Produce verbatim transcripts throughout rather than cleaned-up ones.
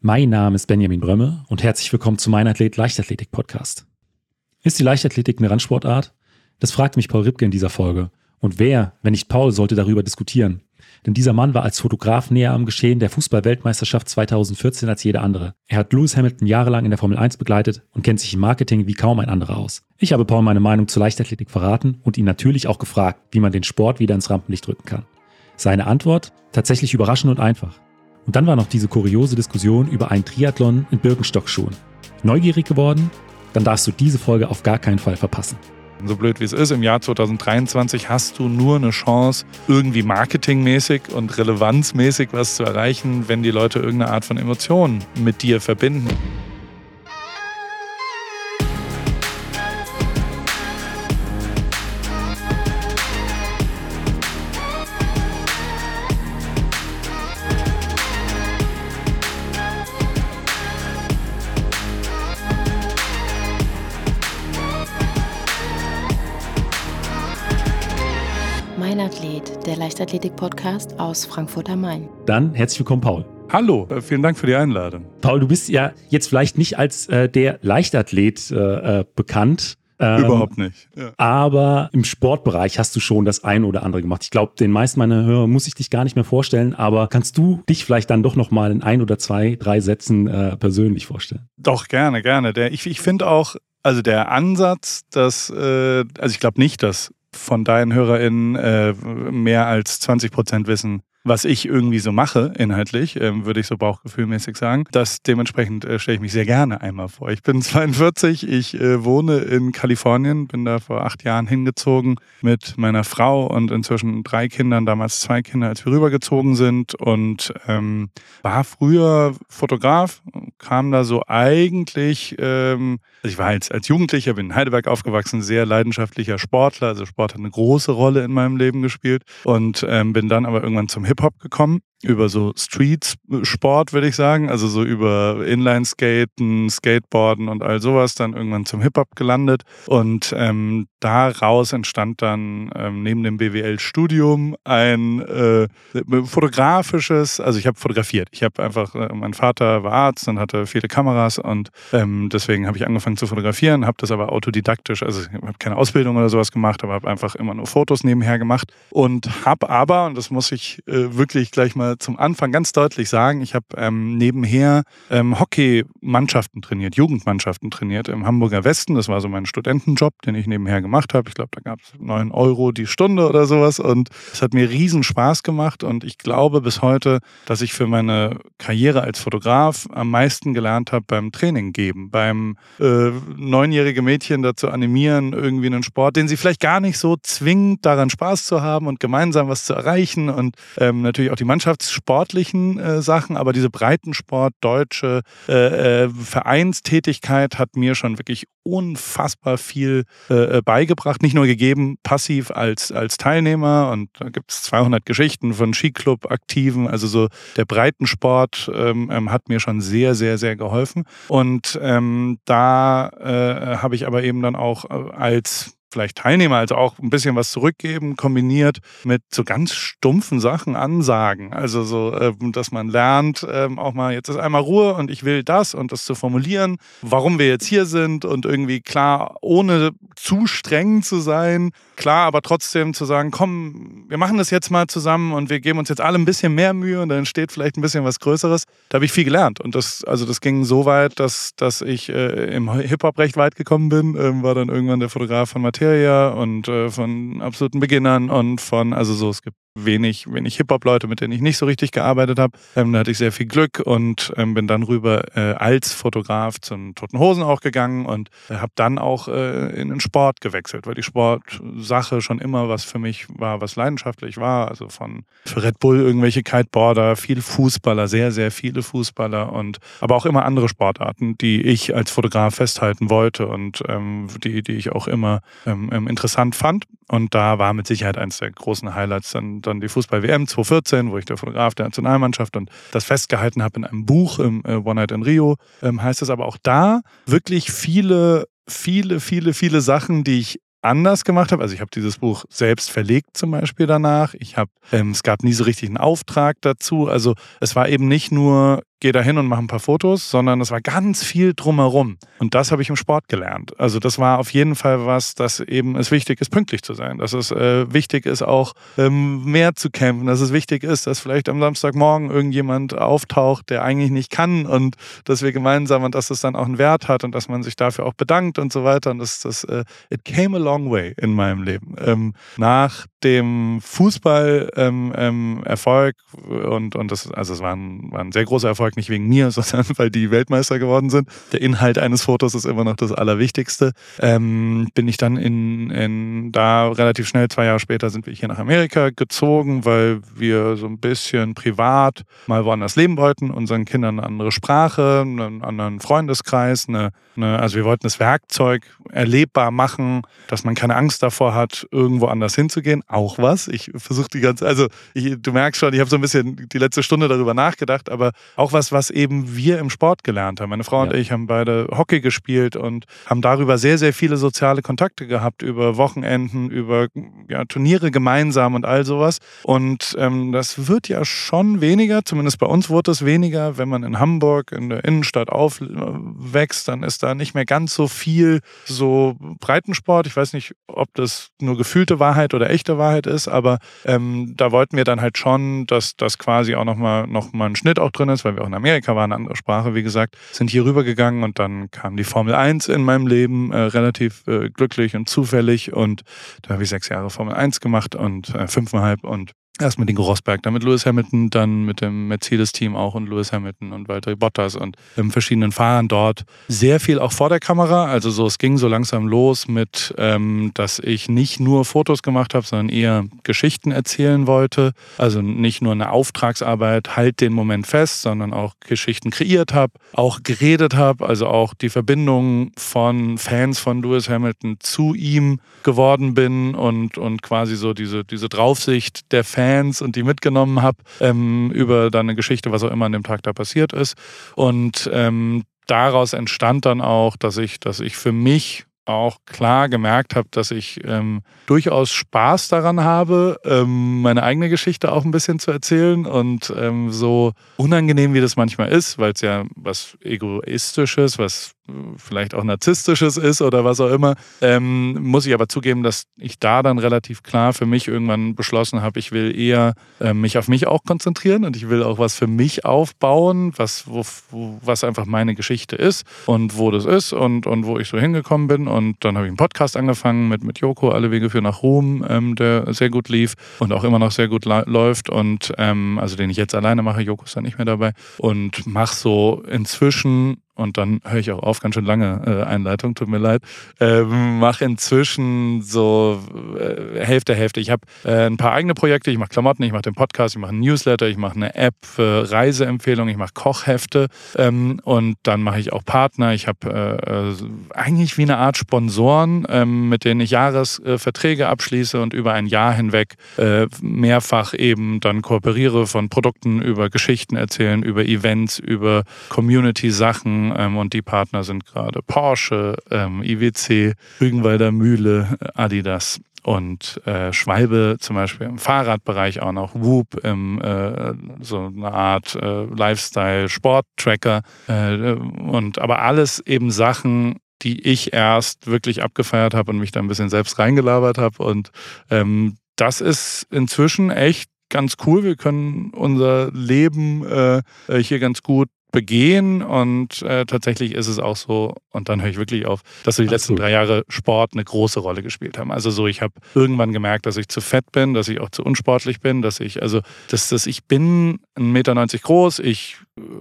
Mein Name ist Benjamin Brömme und herzlich willkommen zu Mein Athlet Leichtathletik Podcast. Ist die Leichtathletik eine Randsportart? Das fragt mich Paul Ripke in dieser Folge. Und wer, wenn nicht Paul, sollte darüber diskutieren? Denn dieser Mann war als Fotograf näher am Geschehen der Fußball-Weltmeisterschaft zweitausendvierzehn als jeder andere. Er hat Lewis Hamilton jahrelang in der Formel eins begleitet und kennt sich im Marketing wie kaum ein anderer aus. Ich habe Paul meine Meinung zur Leichtathletik verraten und ihn natürlich auch gefragt, wie man den Sport wieder ins Rampenlicht rücken kann. Seine Antwort? Tatsächlich überraschend und einfach. Und dann war noch diese kuriose Diskussion über einen Triathlon in Birkenstock-Schuhen. Neugierig geworden? Dann darfst du diese Folge auf gar keinen Fall verpassen. So blöd wie es ist, im Jahr zweitausenddreiundzwanzig hast du nur eine Chance, irgendwie marketingmäßig und relevanzmäßig was zu erreichen, wenn die Leute irgendeine Art von Emotionen mit dir verbinden. Mein Athlet, der Leichtathletik-Podcast aus Frankfurt am Main. Dann herzlich willkommen, Paul. Hallo, äh, vielen Dank für die Einladung. Paul, du bist ja jetzt vielleicht nicht als äh, der Leichtathlet äh, bekannt. Ähm, Überhaupt nicht. Ja. Aber im Sportbereich hast du schon das eine oder andere gemacht. Ich glaube, den meisten meiner Hörer muss ich dich gar nicht mehr vorstellen, aber kannst du dich vielleicht dann doch nochmal in ein oder zwei, drei Sätzen äh, persönlich vorstellen? Doch, gerne, gerne. Der, ich ich finde auch, also der Ansatz, dass, äh, also ich glaube nicht, dass von deinen HörerInnen äh, mehr als zwanzig Prozent wissen, was ich irgendwie so mache, inhaltlich, ähm, würde ich so bauchgefühlmäßig sagen. Das dementsprechend äh, stelle ich mich sehr gerne einmal vor. Ich bin zweiundvierzig, ich äh, wohne in Kalifornien, bin da vor acht Jahren hingezogen mit meiner Frau und inzwischen drei Kindern, damals zwei Kinder, als wir rübergezogen sind und ähm, war früher Fotograf, kam da so eigentlich, ähm, also ich war als, als Jugendlicher, bin in Heidelberg aufgewachsen, sehr leidenschaftlicher Sportler, also Sport hat eine große Rolle in meinem Leben gespielt und ähm, bin dann aber irgendwann zum Hip-Hop gekommen, über so Street-Sport, würde ich sagen, also so über Inline-Skaten, Skateboarden und all sowas, dann irgendwann zum Hip-Hop gelandet und ähm, daraus entstand dann ähm, neben dem B W L-Studium ein äh, fotografisches, also ich habe fotografiert, ich habe einfach, äh, mein Vater war Arzt und hatte viele Kameras und ähm, deswegen habe ich angefangen zu fotografieren, habe das aber autodidaktisch, also ich habe keine Ausbildung oder sowas gemacht, aber habe einfach immer nur Fotos nebenher gemacht und habe aber, und das muss ich äh, wirklich gleich mal zum Anfang ganz deutlich sagen, ich habe ähm, nebenher ähm, Hockeymannschaften trainiert, Jugendmannschaften trainiert im Hamburger Westen. Das war so mein Studentenjob, den ich nebenher gemacht habe. Ich glaube, da gab es neun Euro die Stunde oder sowas und es hat mir riesen Spaß gemacht und ich glaube bis heute, dass ich für meine Karriere als Fotograf am meisten gelernt habe beim Training geben, beim äh, neunjährige Mädchen dazu animieren, irgendwie einen Sport, den sie vielleicht gar nicht so zwingend daran Spaß zu haben und gemeinsam was zu erreichen und ähm, natürlich auch die Mannschaft sportlichen äh, Sachen, aber diese Breitensport, deutsche äh, äh, Vereinstätigkeit hat mir schon wirklich unfassbar viel äh, beigebracht. Nicht nur gegeben, passiv als, als Teilnehmer und da gibt es zweihundert Geschichten von Skiclub-Aktiven, also so der Breitensport ähm, ähm, hat mir schon sehr, sehr, sehr geholfen und ähm, da äh, habe ich aber eben dann auch äh, als vielleicht Teilnehmer, also auch ein bisschen was zurückgeben, kombiniert mit so ganz stumpfen Sachen ansagen. Also so, dass man lernt, auch mal, jetzt ist einmal Ruhe und ich will das und das zu formulieren, warum wir jetzt hier sind und irgendwie klar, ohne zu streng zu sein, klar, aber trotzdem zu sagen, komm, wir machen das jetzt mal zusammen und wir geben uns jetzt alle ein bisschen mehr Mühe und dann entsteht vielleicht ein bisschen was Größeres. Da habe ich viel gelernt und das, also das ging so weit, dass, dass ich äh, im Hip-Hop recht weit gekommen bin, ähm, war dann irgendwann der Fotograf von Materia und äh, von absoluten Beginnern und von, also so, es gibt wenig, wenig Hip-Hop-Leute, mit denen ich nicht so richtig gearbeitet habe. Ähm, da hatte ich sehr viel Glück und ähm, bin dann rüber äh, als Fotograf zu den Toten Hosen auch gegangen und äh, habe dann auch äh, in den Sport gewechselt, weil die Sportsache schon immer was für mich war, was leidenschaftlich war. Also von für Red Bull irgendwelche Kiteboarder, viel Fußballer, sehr, sehr viele Fußballer und aber auch immer andere Sportarten, die ich als Fotograf festhalten wollte und ähm, die, die ich auch immer ähm, interessant fand. Und da war mit Sicherheit eines der großen Highlights dann, dann die Fußball-W M zweitausendvierzehn, wo ich der Fotograf der Nationalmannschaft und das festgehalten habe in einem Buch, im äh, One Night in Rio, ähm, heißt es aber auch da wirklich viele, viele, viele, viele Sachen, die ich anders gemacht habe. Also ich habe dieses Buch selbst verlegt zum Beispiel danach. Ich habe, ähm, es gab nie so richtig einen Auftrag dazu. Also es war eben nicht nur gehe da hin und mache ein paar Fotos, sondern es war ganz viel drumherum. Und das habe ich im Sport gelernt. Also das war auf jeden Fall was, dass eben es wichtig ist, pünktlich zu sein. Dass es äh, wichtig ist, auch ähm, mehr zu kämpfen. Dass es wichtig ist, dass vielleicht am Samstagmorgen irgendjemand auftaucht, der eigentlich nicht kann und dass wir gemeinsam und dass es dann auch einen Wert hat und dass man sich dafür auch bedankt und so weiter. Und das, das äh, it came a long way in meinem Leben. Ähm, nach dem Fußball ähm, ähm, Erfolg und, und das, also es war ein, war ein sehr großer Erfolg, nicht wegen mir, sondern weil die Weltmeister geworden sind. Der Inhalt eines Fotos ist immer noch das Allerwichtigste. Ähm, bin ich dann in, in da relativ schnell, zwei Jahre später sind wir hier nach Amerika gezogen, weil wir so ein bisschen privat mal woanders leben wollten, unseren Kindern eine andere Sprache, einen anderen Freundeskreis, eine, eine, also wir wollten das Werkzeug erlebbar machen, dass man keine Angst davor hat, irgendwo anders hinzugehen. Auch was. Ich versuche die ganze, also ich, du merkst schon, ich habe so ein bisschen die letzte Stunde darüber nachgedacht, aber auch was, was eben wir im Sport gelernt haben. Meine Frau und ja. ich haben beide Hockey gespielt und haben darüber sehr, sehr viele soziale Kontakte gehabt, über Wochenenden, über ja, Turniere gemeinsam und all sowas. Und ähm, das wird ja schon weniger, zumindest bei uns wurde es weniger, wenn man in Hamburg in der Innenstadt aufwächst, dann ist da nicht mehr ganz so viel so Breitensport. Ich weiß nicht, ob das nur gefühlte Wahrheit oder echte Wahrheit ist, aber ähm, da wollten wir dann halt schon, dass das quasi auch nochmal noch mal ein Schnitt auch drin ist, weil wir auch in Amerika waren, eine andere Sprache, wie gesagt, sind hier rübergegangen und dann kam die Formel eins in meinem Leben äh, relativ äh, glücklich und zufällig und da habe ich sechs Jahre Formel eins gemacht und äh, fünfeinhalb und erst mit Nico Rosberg, dann mit Lewis Hamilton, dann mit dem Mercedes-Team auch und Lewis Hamilton und Valtteri Bottas und ähm, verschiedenen Fahrern dort. Sehr viel auch vor der Kamera, also so es ging so langsam los mit, ähm, dass ich nicht nur Fotos gemacht habe, sondern eher Geschichten erzählen wollte. Also nicht nur eine Auftragsarbeit, halt den Moment fest, sondern auch Geschichten kreiert habe, auch geredet habe, also auch die Verbindung von Fans von Lewis Hamilton zu ihm geworden bin und, und quasi so diese, diese Draufsicht der Fans und die mitgenommen habe ähm, über dann eine Geschichte, was auch immer an dem Tag da passiert ist. Und ähm, daraus entstand dann auch, dass ich, dass ich für mich auch klar gemerkt habe, dass ich ähm, durchaus Spaß daran habe, ähm, meine eigene Geschichte auch ein bisschen zu erzählen und ähm, so unangenehm wie das manchmal ist, weil es ja was Egoistisches, was vielleicht auch Narzisstisches ist oder was auch immer, ähm, muss ich aber zugeben, dass ich da dann relativ klar für mich irgendwann beschlossen habe, ich will eher äh, mich auf mich auch konzentrieren und ich will auch was für mich aufbauen, was, wo, wo, was einfach meine Geschichte ist und wo das ist und, und wo ich so hingekommen bin. Und dann habe ich einen Podcast angefangen mit, mit Joko, Alle Wege führen nach Ruhm, ähm, der sehr gut lief und auch immer noch sehr gut la- läuft und ähm, also den ich jetzt alleine mache, Joko ist dann nicht mehr dabei und mache so inzwischen, und dann höre ich auch auf, ganz schön lange äh, Einleitung, tut mir leid, ähm, mache inzwischen so äh, Hälfte, Hälfte. Ich habe äh, ein paar eigene Projekte, ich mache Klamotten, ich mache den Podcast, ich mache einen Newsletter, ich mache eine App für Reiseempfehlungen, ich mache Kochhefte ähm, und dann mache ich auch Partner. Ich habe äh, äh, eigentlich wie eine Art Sponsoren, ähm, mit denen ich Jahresverträge äh, abschließe und über ein Jahr hinweg äh, mehrfach eben dann kooperiere, von Produkten über Geschichten erzählen, über Events, über Community-Sachen. Ähm, und die Partner sind gerade Porsche, ähm, I W C, Rügenwalder Mühle, Adidas und äh, Schwalbe zum Beispiel im Fahrradbereich auch noch, Whoop im äh, so eine Art äh, Lifestyle-Sport-Tracker äh, und aber alles eben Sachen, die ich erst wirklich abgefeiert habe und mich da ein bisschen selbst reingelabert habe und ähm, das ist inzwischen echt ganz cool. Wir können unser Leben äh, hier ganz gut begehen und äh, tatsächlich ist es auch so, und dann höre ich wirklich auf, dass so die letzten drei Jahre Sport eine große Rolle gespielt haben. Also so, ich habe irgendwann gemerkt, dass ich zu fett bin, dass ich auch zu unsportlich bin, dass ich, also, dass, dass ich bin ein Meter neunzig groß, ich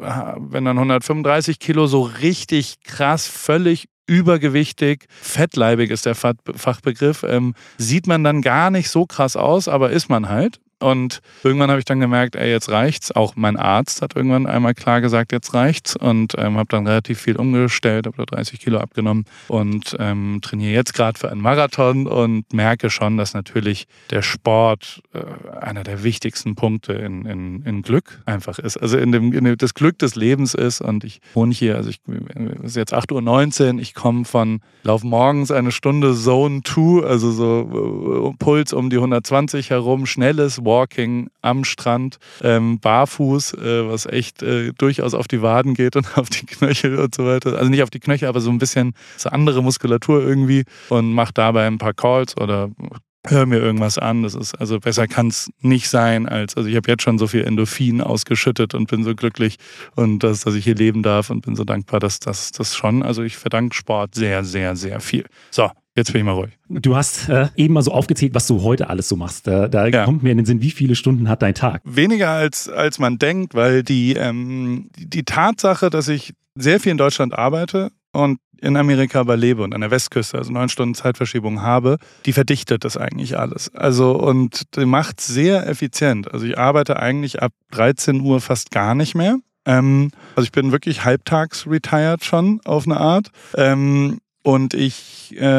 bin dann hundertfünfunddreißig Kilo, so richtig krass, völlig übergewichtig, fettleibig ist der Fachbegriff, ähm, sieht man dann gar nicht so krass aus, aber ist man halt. Und irgendwann habe ich dann gemerkt, ey, jetzt reicht's. Auch mein Arzt hat irgendwann einmal klar gesagt, jetzt reicht's. Und ähm, habe dann relativ viel umgestellt, habe da dreißig Kilo abgenommen und ähm, trainiere jetzt gerade für einen Marathon und merke schon, dass natürlich der Sport äh, einer der wichtigsten Punkte in, in, in Glück einfach ist. Also in dem, in dem das Glück des Lebens ist. Und ich wohne hier, also ich, es ist jetzt acht Uhr neunzehn, ich komme von, laufe morgens eine Stunde Zone zwei, also so äh, Puls um die hundertzwanzig herum, schnelles Spacewalking am Strand, ähm, barfuß, äh, was echt äh, durchaus auf die Waden geht und auf die Knöchel und so weiter. Also nicht auf die Knöchel, aber so ein bisschen so andere Muskulatur irgendwie und mache dabei ein paar Calls oder hör mir irgendwas an. Das ist, also besser kann es nicht sein, als, also ich habe jetzt schon so viel Endorphin ausgeschüttet und bin so glücklich und dass, dass ich hier leben darf und bin so dankbar, dass das das schon, also ich verdanke Sport sehr, sehr, sehr viel. So, jetzt bin ich mal ruhig. Du hast äh, eben mal so aufgezählt, was du heute alles so machst. Da, da Ja. kommt mir in den Sinn, wie viele Stunden hat dein Tag? Weniger als, als man denkt, weil die, ähm, die Tatsache, dass ich sehr viel in Deutschland arbeite und in Amerika aber lebe und an der Westküste, also neun Stunden Zeitverschiebung habe, die verdichtet das eigentlich alles. Also und die macht sehr effizient. Also ich arbeite eigentlich ab dreizehn Uhr fast gar nicht mehr. Ähm, also ich bin wirklich halbtags retired schon auf eine Art. Ähm, und ich äh,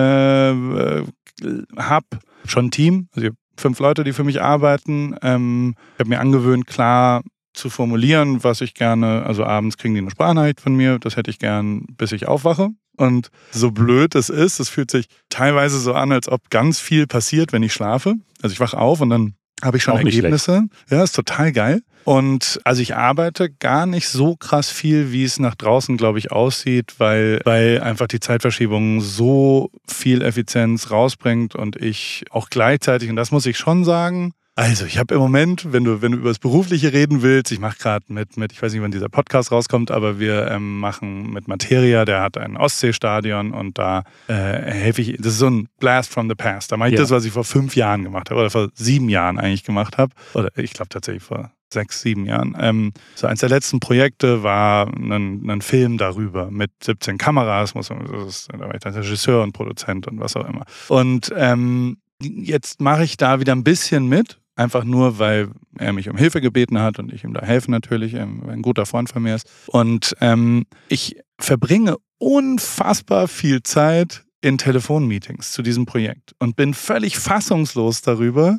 habe schon ein Team, also ich habe fünf Leute, die für mich arbeiten. Ähm, ich habe mir angewöhnt, klar zu formulieren, was ich gerne, also abends kriegen die eine Sprachnachricht von mir, das hätte ich gern, bis ich aufwache. Und so blöd es ist, es fühlt sich teilweise so an, als ob ganz viel passiert, wenn ich schlafe. Also ich wache auf und dann habe ich schon Auch nicht Ergebnisse. Ja, ist total geil. Und also ich arbeite gar nicht so krass viel, wie es nach draußen, glaube ich, aussieht, weil, weil einfach die Zeitverschiebung so viel Effizienz rausbringt und ich auch gleichzeitig, und das muss ich schon sagen, also ich habe im Moment, wenn du, wenn du über das Berufliche reden willst, ich mache gerade mit, mit, ich weiß nicht, wann dieser Podcast rauskommt, aber wir ähm, machen mit Materia, der hat ein Ostseestadion und da äh, helfe ich, das ist so ein Blast from the past. Da mache ich Ja. das, was ich vor fünf Jahren gemacht habe oder vor sieben Jahren eigentlich gemacht habe. Oder ich glaube tatsächlich vor sechs, sieben Jahren. Ähm, so eins der letzten Projekte war ein, ein Film darüber mit siebzehn Kameras, muss man, das ist, da war ich dann Regisseur und Produzent und was auch immer. Und ähm, jetzt mache ich da wieder ein bisschen mit. Einfach nur, weil er mich um Hilfe gebeten hat und ich ihm da helfe natürlich, ähm, ein guter Freund von mir ist. Und ähm, ich verbringe unfassbar viel Zeit in Telefonmeetings zu diesem Projekt und bin völlig fassungslos darüber,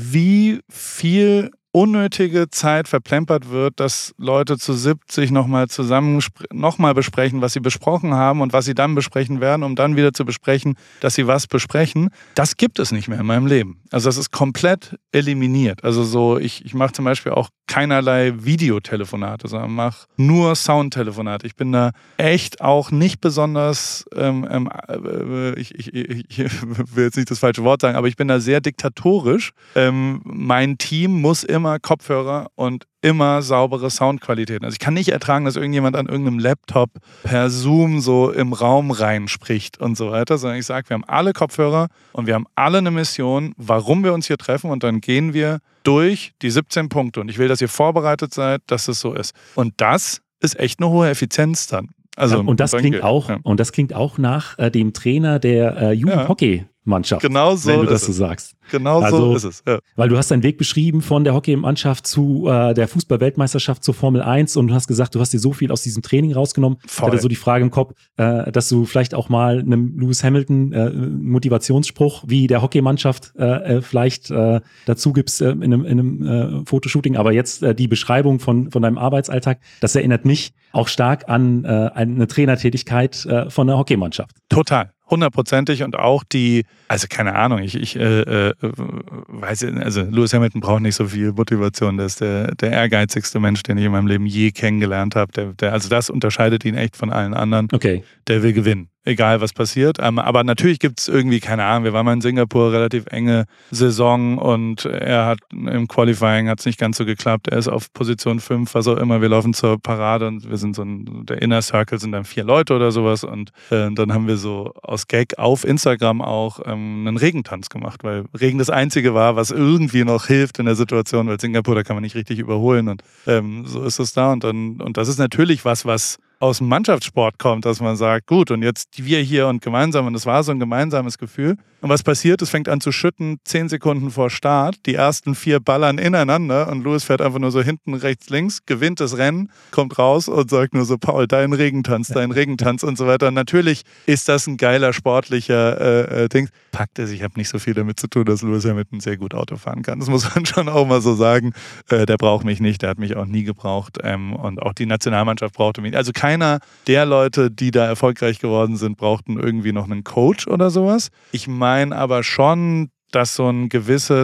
wie viel unnötige Zeit verplempert wird, dass Leute zu siebzig nochmal zusammen nochmal besprechen, was sie besprochen haben und was sie dann besprechen werden, um dann wieder zu besprechen, dass sie was besprechen. Das gibt es nicht mehr in meinem Leben. Also das ist komplett eliminiert. Also so, ich, ich mache zum Beispiel auch keinerlei Videotelefonate, sondern mache nur Soundtelefonate. Ich bin da echt auch nicht besonders, ähm, ähm, äh, ich, ich, ich will jetzt nicht das falsche Wort sagen, aber ich bin da sehr diktatorisch. Ähm, mein Team muss immer immer Kopfhörer und immer saubere Soundqualitäten. Also ich kann nicht ertragen, dass irgendjemand an irgendeinem Laptop per Zoom so im Raum reinspricht und so weiter, sondern ich sage, wir haben alle Kopfhörer und wir haben alle eine Mission, warum wir uns hier treffen und dann gehen wir durch die siebzehn Punkte und ich will, dass ihr vorbereitet seid, dass es so ist. Und das ist echt eine hohe Effizienz dann. Also, ja, und das klingt geht. auch, ja. und das klingt auch nach äh, dem Trainer der äh, Jugendhockey-Mannschaft, genau so wenn du das ist so es. sagst. Genau also, so ist es. Ja. Weil du hast deinen Weg beschrieben von der Hockeymannschaft zu äh, der Fußball-Weltmeisterschaft zur Formel eins und du hast gesagt, du hast dir so viel aus diesem Training rausgenommen. Voll. Ich hatte so die Frage im Kopf, äh, dass du vielleicht auch mal einem Lewis Hamilton äh, Motivationsspruch wie der Hockeymannschaft äh, äh, vielleicht äh, dazu gibst äh, in einem, in einem äh, Fotoshooting. Aber jetzt äh, die Beschreibung von, von deinem Arbeitsalltag, das erinnert mich auch stark an äh, eine Trainertätigkeit äh, von der Hockeymannschaft. Total. Hundertprozentig und auch die, also keine Ahnung, ich, ich äh, äh, weiß, also Lewis Hamilton braucht nicht so viel Motivation, der ist der, der ehrgeizigste Mensch, den ich in meinem Leben je kennengelernt habe. Der, der, also das unterscheidet ihn echt von allen anderen. Okay. Der will gewinnen, egal was passiert. Aber natürlich gibt es irgendwie, keine Ahnung, wir waren mal in Singapur, relativ enge Saison und er hat im Qualifying hat es nicht ganz so geklappt. Er ist auf Position fünf, was auch immer. Wir laufen zur Parade und wir sind so ein, der Inner Circle sind dann vier Leute oder sowas und äh, dann haben wir so aus Gag auf Instagram auch ähm, einen Regentanz gemacht, weil Regen das Einzige war, was irgendwie noch hilft in der Situation, weil Singapur, da kann man nicht richtig überholen und ähm, so ist es da und dann, und das ist natürlich was, was aus dem Mannschaftssport kommt, dass man sagt, gut, und jetzt wir hier und gemeinsam, und das war so ein gemeinsames Gefühl. Und was passiert? Es fängt an zu schütten, zehn Sekunden vor Start. Die ersten vier ballern ineinander und Lewis fährt einfach nur so hinten, rechts, links, gewinnt das Rennen, kommt raus und sagt nur so, Paul, dein Regentanz, dein Regentanz und so weiter. Und natürlich ist das ein geiler sportlicher äh, Ding. Packt er sich, ich habe nicht so viel damit zu tun, dass Lewis Hamilton sehr gut Auto fahren kann. Das muss man schon auch mal so sagen. Äh, der braucht mich nicht, der hat mich auch nie gebraucht. Ähm, und auch die Nationalmannschaft brauchte mich. Also keiner der Leute, die da erfolgreich geworden sind, brauchten irgendwie noch einen Coach oder sowas. Ich meine aber schon, dass so ein gewisses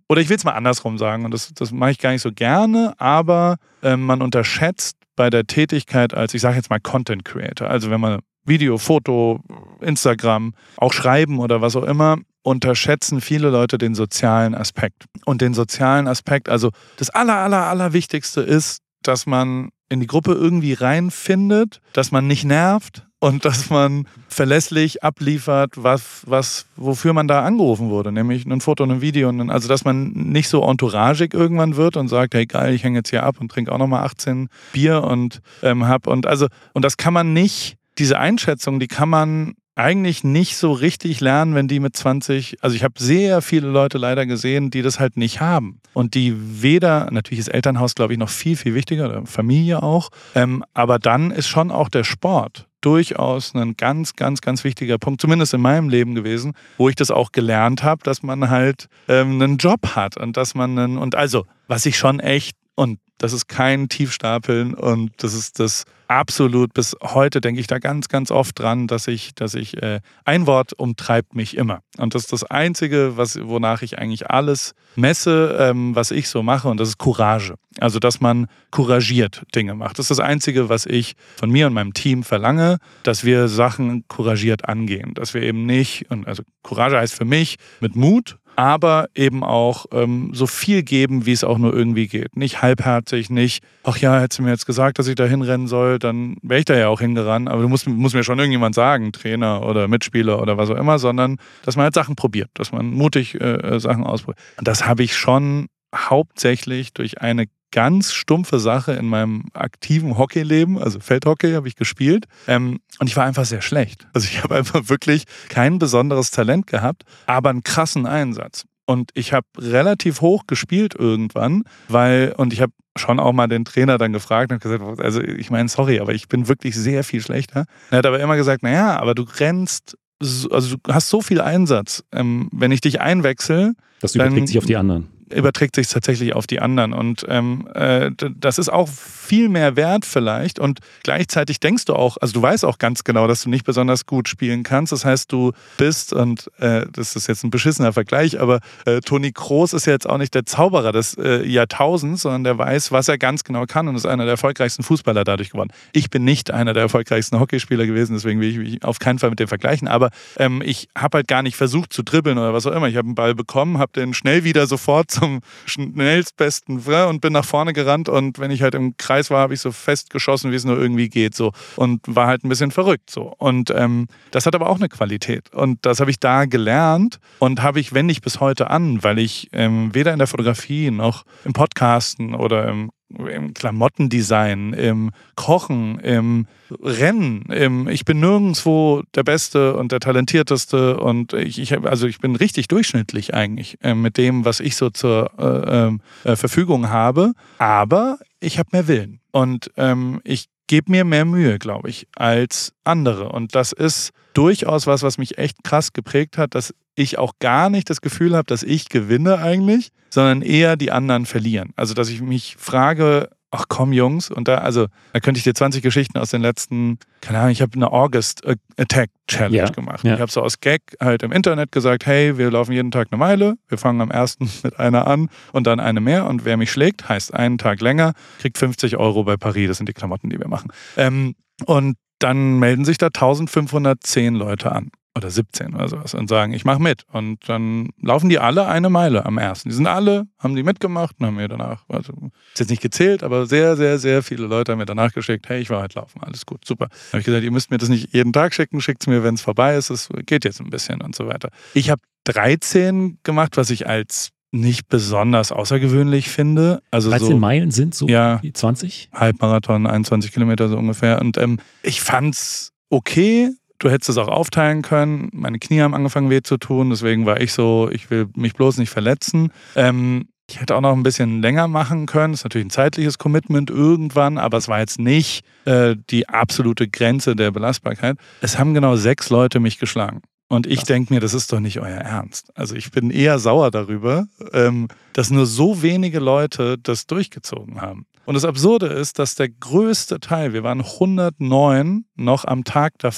oder ich will es mal andersrum sagen, und das, das mache ich gar nicht so gerne, aber äh, man unterschätzt bei der Tätigkeit als, ich sage jetzt mal Content Creator, also wenn man Video, Foto, Instagram, auch Schreiben oder was auch immer, unterschätzen viele Leute den sozialen Aspekt. Und den sozialen Aspekt, also das aller, aller, aller Wichtigste ist, dass man in die Gruppe irgendwie reinfindet, dass man nicht nervt und dass man verlässlich abliefert, was, was, wofür man da angerufen wurde, nämlich ein Foto und ein Video. Und also dass man nicht so entouragig irgendwann wird und sagt, hey geil, ich hänge jetzt hier ab und trinke auch nochmal achtzehn Bier und ähm, hab und also und das kann man nicht, diese Einschätzung, die kann man eigentlich nicht so richtig lernen, wenn die mit zwanzig, also ich habe sehr viele Leute leider gesehen, die das halt nicht haben. Und die weder, natürlich ist Elternhaus, glaube ich, noch viel, viel wichtiger, oder Familie auch, ähm, aber dann ist schon auch der Sport durchaus ein ganz, ganz, ganz wichtiger Punkt, zumindest in meinem Leben gewesen, wo ich das auch gelernt habe, dass man halt ähm, einen Job hat und dass man einen, und also, was ich schon echt, und das ist kein Tiefstapeln und das ist das absolut, bis heute denke ich da ganz, ganz oft dran, dass ich, dass ich, äh, ein Wort umtreibt mich immer. Und das ist das Einzige, was, wonach ich eigentlich alles messe, ähm, was ich so mache, und das ist Courage. Also, dass man couragiert Dinge macht. Das ist das Einzige, was ich von mir und meinem Team verlange, dass wir Sachen couragiert angehen. Dass wir eben nicht, und also Courage heißt für mich mit Mut, aber eben auch ähm, so viel geben, wie es auch nur irgendwie geht. Nicht halbherzig, nicht, ach ja, hättest du mir jetzt gesagt, dass ich da hinrennen soll, dann wäre ich da ja auch hingerannt. Aber du musst, musst mir schon irgendjemand sagen, Trainer oder Mitspieler oder was auch immer, sondern dass man halt Sachen probiert, dass man mutig äh, Sachen ausprobiert. Und das habe ich schon hauptsächlich durch eine ganz stumpfe Sache in meinem aktiven Hockeyleben, also Feldhockey habe ich gespielt, ähm, und ich war einfach sehr schlecht. Also ich habe einfach wirklich kein besonderes Talent gehabt, aber einen krassen Einsatz. Und ich habe relativ hoch gespielt irgendwann, weil, und ich habe schon auch mal den Trainer dann gefragt und gesagt, also ich meine, sorry, aber ich bin wirklich sehr viel schlechter. Er hat aber immer gesagt, naja, aber du rennst, also du hast so viel Einsatz. Ähm, wenn ich dich einwechsel, das überträgt dann sich auf die anderen. überträgt sich tatsächlich auf die anderen. Und ähm, äh, das ist auch viel mehr wert vielleicht. Und gleichzeitig denkst du auch, also du weißt auch ganz genau, dass du nicht besonders gut spielen kannst. Das heißt, du bist, und äh, das ist jetzt ein beschissener Vergleich, aber äh, Toni Kroos ist ja jetzt auch nicht der Zauberer des äh, Jahrtausends, sondern der weiß, was er ganz genau kann und ist einer der erfolgreichsten Fußballer dadurch geworden. Ich bin nicht einer der erfolgreichsten Hockeyspieler gewesen, deswegen will ich mich auf keinen Fall mit dem vergleichen. Aber ähm, ich habe halt gar nicht versucht zu dribbeln oder was auch immer. Ich habe einen Ball bekommen, habe den schnell wieder sofort zum schnellstbesten und bin nach vorne gerannt, und wenn ich halt im Kreis war, habe ich so fest geschossen, wie es nur irgendwie geht, so, und war halt ein bisschen verrückt, so. Und ähm, das hat aber auch eine Qualität, und das habe ich da gelernt und habe ich, wende ich bis heute an, weil ich ähm, weder in der Fotografie noch im Podcasten oder im im Klamottendesign, im Kochen, im Rennen, im, ich bin nirgendwo der Beste und der Talentierteste, und ich, ich also ich bin richtig durchschnittlich eigentlich äh, mit dem, was ich so zur äh, äh, Verfügung habe, aber ich habe mehr Willen und ähm, ich gebe mir mehr Mühe, glaube ich, als andere, und das ist durchaus was, was mich echt krass geprägt hat, dass ich auch gar nicht das Gefühl habe, dass ich gewinne eigentlich, sondern eher die anderen verlieren. Also, dass ich mich frage, ach komm Jungs, und da, also, da könnte ich dir zwanzig Geschichten aus den letzten, keine Ahnung, ich habe eine August Attack Challenge ja, gemacht. Ja. Ich habe so aus Gag halt im Internet gesagt, hey, wir laufen jeden Tag eine Meile, wir fangen am ersten mit einer an und dann eine mehr, und wer mich schlägt, heißt einen Tag länger, kriegt fünfzig Euro bei Paris, das sind die Klamotten, die wir machen. Ähm, und dann melden sich da eintausendfünfhundertzehn Leute an. Oder siebzehn oder sowas, und sagen, ich mache mit. Und dann laufen die alle eine Meile am ersten. Die sind alle, haben die mitgemacht und haben mir danach, also ist jetzt nicht gezählt, aber sehr, sehr, sehr viele Leute haben mir danach geschickt, hey, ich war halt laufen, alles gut, super. Dann habe ich gesagt, ihr müsst mir das nicht jeden Tag schicken, schickt es mir, wenn es vorbei ist, es geht jetzt ein bisschen und so weiter. Ich habe dreizehn gemacht, was ich als nicht besonders außergewöhnlich finde. Also dreizehn so, Meilen sind so ja, zwanzig? Halbmarathon, einundzwanzig Kilometer so ungefähr. Und ähm, ich fand's okay. Du hättest es auch aufteilen können. Meine Knie haben angefangen weh zu tun, deswegen war ich so, ich will mich bloß nicht verletzen. Ähm, ich hätte auch noch ein bisschen länger machen können. Das ist natürlich ein zeitliches Commitment irgendwann, aber es war jetzt nicht äh, die absolute Grenze der Belastbarkeit. Es haben genau sechs Leute mich geschlagen. Und ich denke mir, das ist doch nicht euer Ernst. Also ich bin eher sauer darüber, ähm, dass nur so wenige Leute das durchgezogen haben. Und das Absurde ist, dass der größte Teil, wir waren hundertneun noch am Tag davor,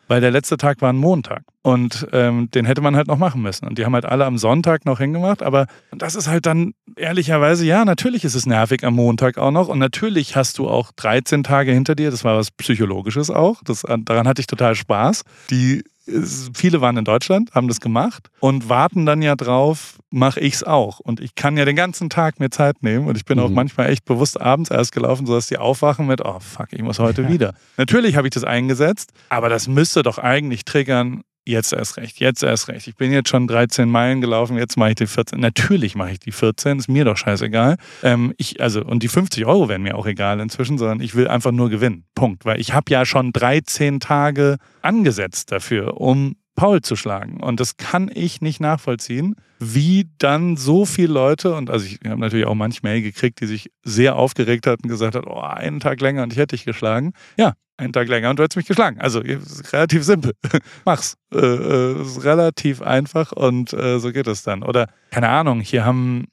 weil der letzte Tag war ein Montag. Und ähm, den hätte man halt noch machen müssen. Und die haben halt alle am Sonntag noch hingemacht. Aber das ist halt dann ehrlicherweise, ja, natürlich ist es nervig am Montag auch noch. Und natürlich hast du auch dreizehn Tage hinter dir. Das war was Psychologisches auch. Das, daran hatte ich total Spaß. Die Viele waren in Deutschland, haben das gemacht und warten dann ja drauf, mache ich's auch. Und ich kann ja den ganzen Tag mir Zeit nehmen und ich bin mhm. auch manchmal echt bewusst abends erst gelaufen, sodass die aufwachen mit, oh fuck, ich muss heute ja. wieder. Natürlich habe ich das eingesetzt, aber das müsste doch eigentlich triggern, jetzt erst recht, jetzt erst recht. Ich bin jetzt schon dreizehn Meilen gelaufen, jetzt mache ich die vierzehn. Natürlich mache ich die vierzehn, ist mir doch scheißegal. Ähm, ich, also, und die fünfzig Euro wären mir auch egal inzwischen, sondern ich will einfach nur gewinnen. Punkt. Weil ich habe ja schon dreizehn Tage angesetzt dafür, um Paul zu schlagen. Und das kann ich nicht nachvollziehen, wie dann so viele Leute, und also ich habe natürlich auch manche Mail gekriegt, die sich sehr aufgeregt hatten und gesagt hat, oh, einen Tag länger und ich hätte dich geschlagen. Ja, einen Tag länger und du hättest mich geschlagen. Also ist relativ simpel. Mach's. Äh, äh, ist relativ einfach und äh, so geht es dann. Oder, keine Ahnung, hier haben